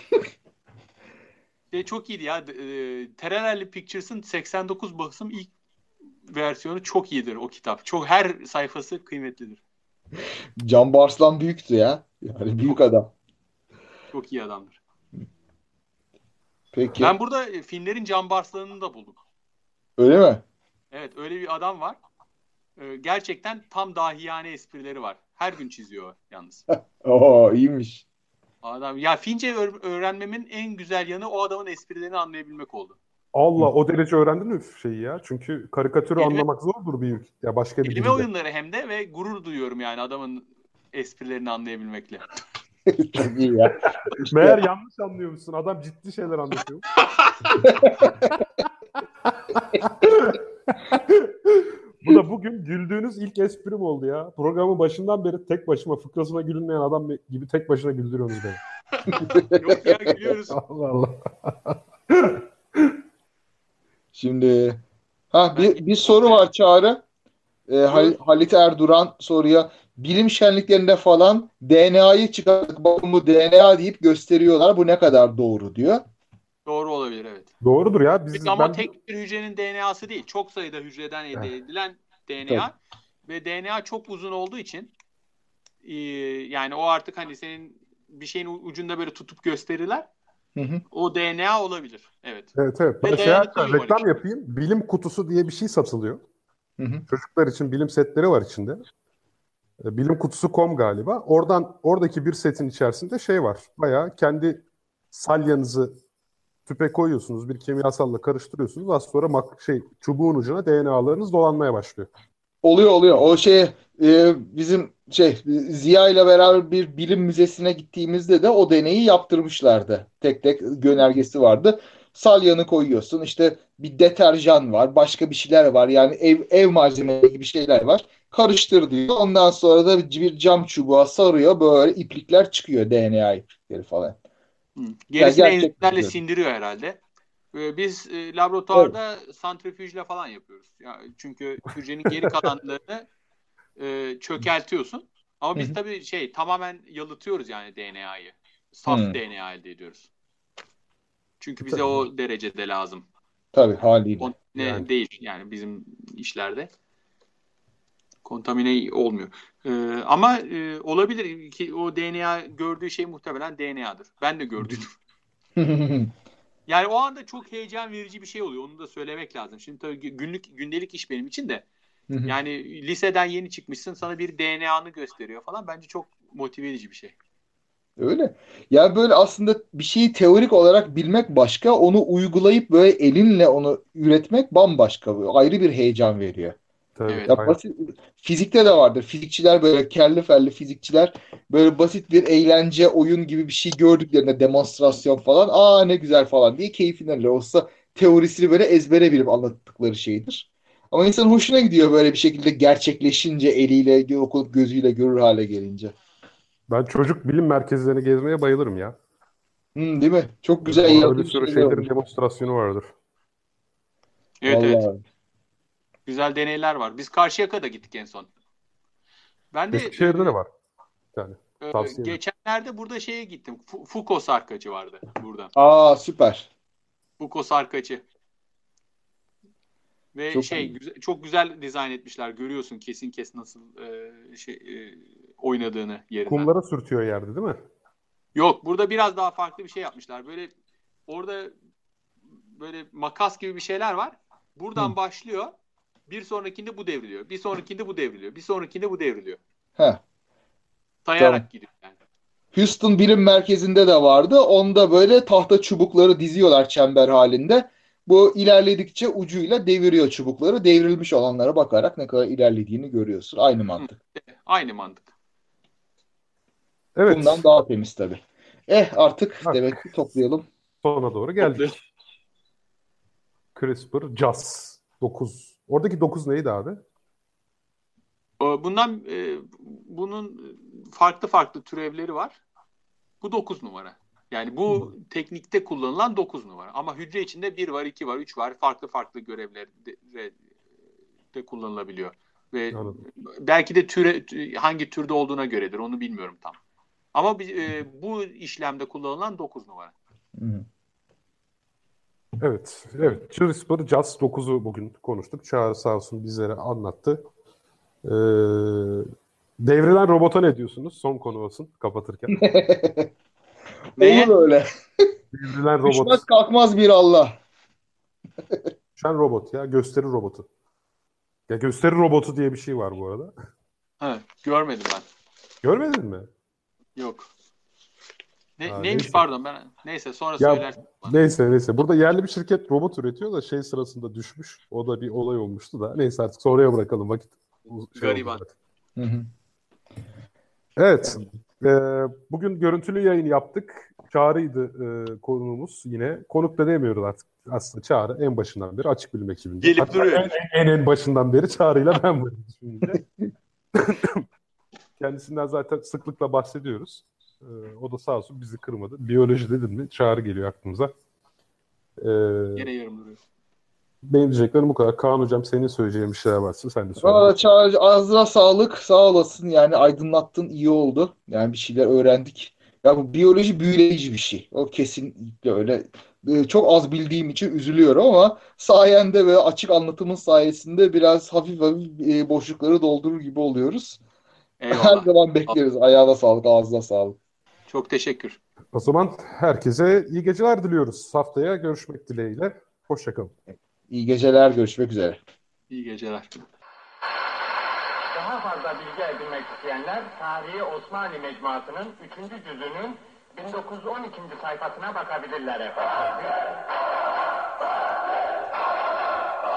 Şey çok iyiydi ya. E, Terrell Pictures'ın seksen dokuz basım ilk versiyonu çok iyidir o kitap. Çok her sayfası kıymetlidir. Can Barslan büyüktü ya. Yani büyük Çok adam. çok iyi adamdır. Peki. Ben burada e, filmlerin Can Barslan'ını da buldum. Öyle mi? Evet, öyle bir adam var. E, gerçekten tam dahiyane esprileri var. Her gün çiziyor yalnız. Oo, iyiymiş. Adam ya Fince öğ- öğrenmemin en güzel yanı o adamın esprilerini anlayabilmek oldu. Allah, o derece öğrendin mi şeyi ya? Çünkü karikatürü Kelime- anlamak zordur bir ya başka bir Kelime dilde. oyunları hem de ve gurur duyuyorum yani adamın esprilerini anlayabilmekle. Çok iyi ya. Meğer yanlış anlıyormuşsun. Adam ciddi şeyler anlatıyor. Bu da bugün güldüğünüz ilk esprim oldu ya. Programın başından beri tek başıma fıkrasına gülünmeyen adam gibi tek başına güldürüyorsunuz beni. Yok ya gülüyoruz. Allah Allah. Şimdi ha bir, bir soru var Çağrı. Ee, Hal- Halit Erduran soruyor. Bilim şenliklerinde falan D N A'yı çıkartıp bu D N A deyip gösteriyorlar. Bu ne kadar doğru diyor. Doğru olabilir evet. Doğrudur ya. Biz, Peki ama ben... tek bir hücrenin D N A'sı değil. Çok sayıda hücreden elde edilen D N A Tabii. ve D N A çok uzun olduğu için e, yani o artık hani senin bir şeyin ucunda böyle tutup gösterirler. Hı hı. O D N A olabilir. Evet. Evet evet. Ben Ve şey dayanıklı hatta reklam numarik. yapayım. Bilim kutusu diye bir şey satılıyor. Hı hı. Çocuklar için bilim setleri var içinde. E, bilim kutusu nokta com galiba. Oradan oradaki bir setin içerisinde şey var. Bayağı kendi salyanızı tüpe koyuyorsunuz, bir kimyasalla karıştırıyorsunuz. Az sonra mak- şey çubuğun ucuna D N A'larınız dolanmaya başlıyor. Oluyor oluyor. O şey e, bizim şey Ziya ile beraber bir bilim müzesine gittiğimizde de o deneyi yaptırmışlardı. Tek tek gönergesi vardı. Salyanı koyuyorsun. İşte bir deterjan var. Başka bir şeyler var. Yani ev, ev malzemeleri gibi şeyler var. Karıştır diyor. Ondan sonra da bir cam çubuğa sarıyor. Böyle iplikler çıkıyor. D N A iplikleri falan. Hı. Yani Gerisini gerçek enzimlerle güzel. sindiriyor herhalde. Ee, Biz e, laboratuvarda santrifüjle falan yapıyoruz. Ya, çünkü hücrenin geri kalanlarını e, çökeltiyorsun. Ama Hı biz hı. tabii şey tamamen yalıtıyoruz yani D N A'yı. Saf Hı. D N A elde ediyoruz. Çünkü bize Tabii. o derecede lazım. Tabii haliyle. Kontamine Yani. değil yani bizim işlerde. Kontamine olmuyor. Ee, ama e, olabilir ki o D N A gördüğü şey muhtemelen D N A'dır. Ben de gördüm. Yani o anda çok heyecan verici bir şey oluyor. Onu da söylemek lazım. Şimdi tabii günlük gündelik iş benim için de. Yani liseden yeni çıkmışsın, sana bir D N A'nı gösteriyor falan. Bence çok motive edici bir şey. Öyle. Ya böyle aslında bir şeyi teorik olarak bilmek başka, onu uygulayıp böyle elinle onu üretmek bambaşka. Böyle ayrı bir heyecan veriyor. Tabii, Evet. Ya aynen. basit fizikte de vardır. Fizikçiler böyle kelli felli fizikçiler böyle basit bir eğlence, oyun gibi bir şey gördüklerinde demonstrasyon falan, aa ne güzel falan diye keyfini alır. Olsa teorisini böyle ezbere bilip anlattıkları şeydir. Ama insan hoşuna gidiyor böyle bir şekilde gerçekleşince, eliyle okup gözüyle görür hale gelince. Ben çocuk bilim merkezlerini gezmeye bayılırım ya. Hı, değil mi? Çok güzel Orada bir yapılmış sürü şeyler şeylerin olmuş. demonstrasyonu vardır. Evet evet. Vallahi. Güzel deneyler var. Biz Karşıyaka'da gittik en son. Ben de Eskişehir'de e, de var bir tane. e, Tavsiye ederim. geçenlerde burada şeye gittim. Fu- Foucault sarkacı vardı burada. Aa süper. Foucault sarkacı. Ve Çok şey iyi. güzel, çok güzel dizayn etmişler. Görüyorsun kesin kes nasıl e, şey e, oynadığını yerinden. Kumlara sürtüyor yerde değil mi? Yok, burada biraz daha farklı bir şey yapmışlar. Böyle orada böyle makas gibi bir şeyler var. Buradan Hı. başlıyor. Bir sonrakinde bu devriliyor. Bir sonrakinde bu devriliyor. Bir sonrakinde bu devriliyor. Heh, tamam. Sayarak gidiyor yani. Houston Bilim Merkezi'nde de vardı. Onda böyle tahta çubukları diziyorlar çember halinde. Bu ilerledikçe ucuyla deviriyor çubukları. Devrilmiş olanlara bakarak ne kadar ilerlediğini görüyorsun. Aynı mantık. Aynı mantık. Evet. Kumdan daha temiz tabii. Eh artık Bak, demek ki toplayalım. sona doğru geldik. CRISPR-Cas dokuz. Oradaki dokuz neydi abi? Bundan e, bunun farklı farklı türevleri var. Bu dokuz numara. Yani bu Hmm. teknikte kullanılan dokuz numara. Ama hücre içinde bir var, iki var, üç var. Farklı farklı görevlerde de kullanılabiliyor. Ve Anladım. belki de türe, hangi türde olduğuna göredir. Onu bilmiyorum tam. Ama e, bu işlemde kullanılan dokuz numara. Hı. Evet, evet. CRISPR Cas dokuzu bugün konuştuk. Çağrı sağ olsun bizlere anlattı. Ee, devrilen robota ne diyorsunuz? Son konu olsun kapatırken. Neye? Olur öyle. Devrilen robot. Düşmez kalkmaz bir Allah. Düşen robot ya. Gösteri robotu. Ya gösteri robotu diye bir şey var bu arada. Ha, görmedim ben. Görmedin mi? Yok. Ne, Ha, neymiş neyse. pardon ben neyse sonra Ya söylersin. bana. neyse neyse. Burada yerli bir şirket robot üretiyor da şey sırasında düşmüş. O da bir olay olmuştu da. Neyse artık sonraya bırakalım vakit. Şey oldu Gariban. zaten. Hı hı. Evet. e, bugün görüntülü yayın yaptık. Çağrı'ydı e, konuğumuz yine. Konuk da demiyoruz artık. Aslında Çağrı en başından beri Açık Bilim ekibinde. Gelip Hatta duruyor. En, en en başından beri Çağrı'yla ben varım düşününce. Kendisinden zaten sıklıkla bahsediyoruz. E, o da sağ olsun bizi kırmadı. Biyoloji dedin mi Çağrı geliyor aklımıza. E, Yine yarım duruyor. benim diyeceklerim bu kadar. Kaan Hocam senin söyleyeceğin bir şeyler varsa sen de söyle. Valla Çağrı, ağzına sağlık, sağ olasın. Yani aydınlattın, iyi oldu. Yani bir şeyler öğrendik. Ya bu biyoloji büyüleyici bir şey. O kesinlikle öyle. Ee, Çok az bildiğim için üzülüyorum ama sayende ve açık anlatımın sayesinde biraz hafif hafif e, boşlukları doldurur gibi oluyoruz. Her Eyvallah. zaman bekleriz. Ayağına sağlık, ağzına sağlık. Çok teşekkür. O zaman herkese iyi geceler diliyoruz. Haftaya görüşmek dileğiyle. Hoşçakalın. İyi geceler, görüşmek üzere. İyi geceler. Daha fazla bilgi edinmek isteyenler Tarihi Osmanlı Mecmuası'nın üçüncü cüzünün bin dokuz yüz on ikinci sayfasına bakabilirler efendim.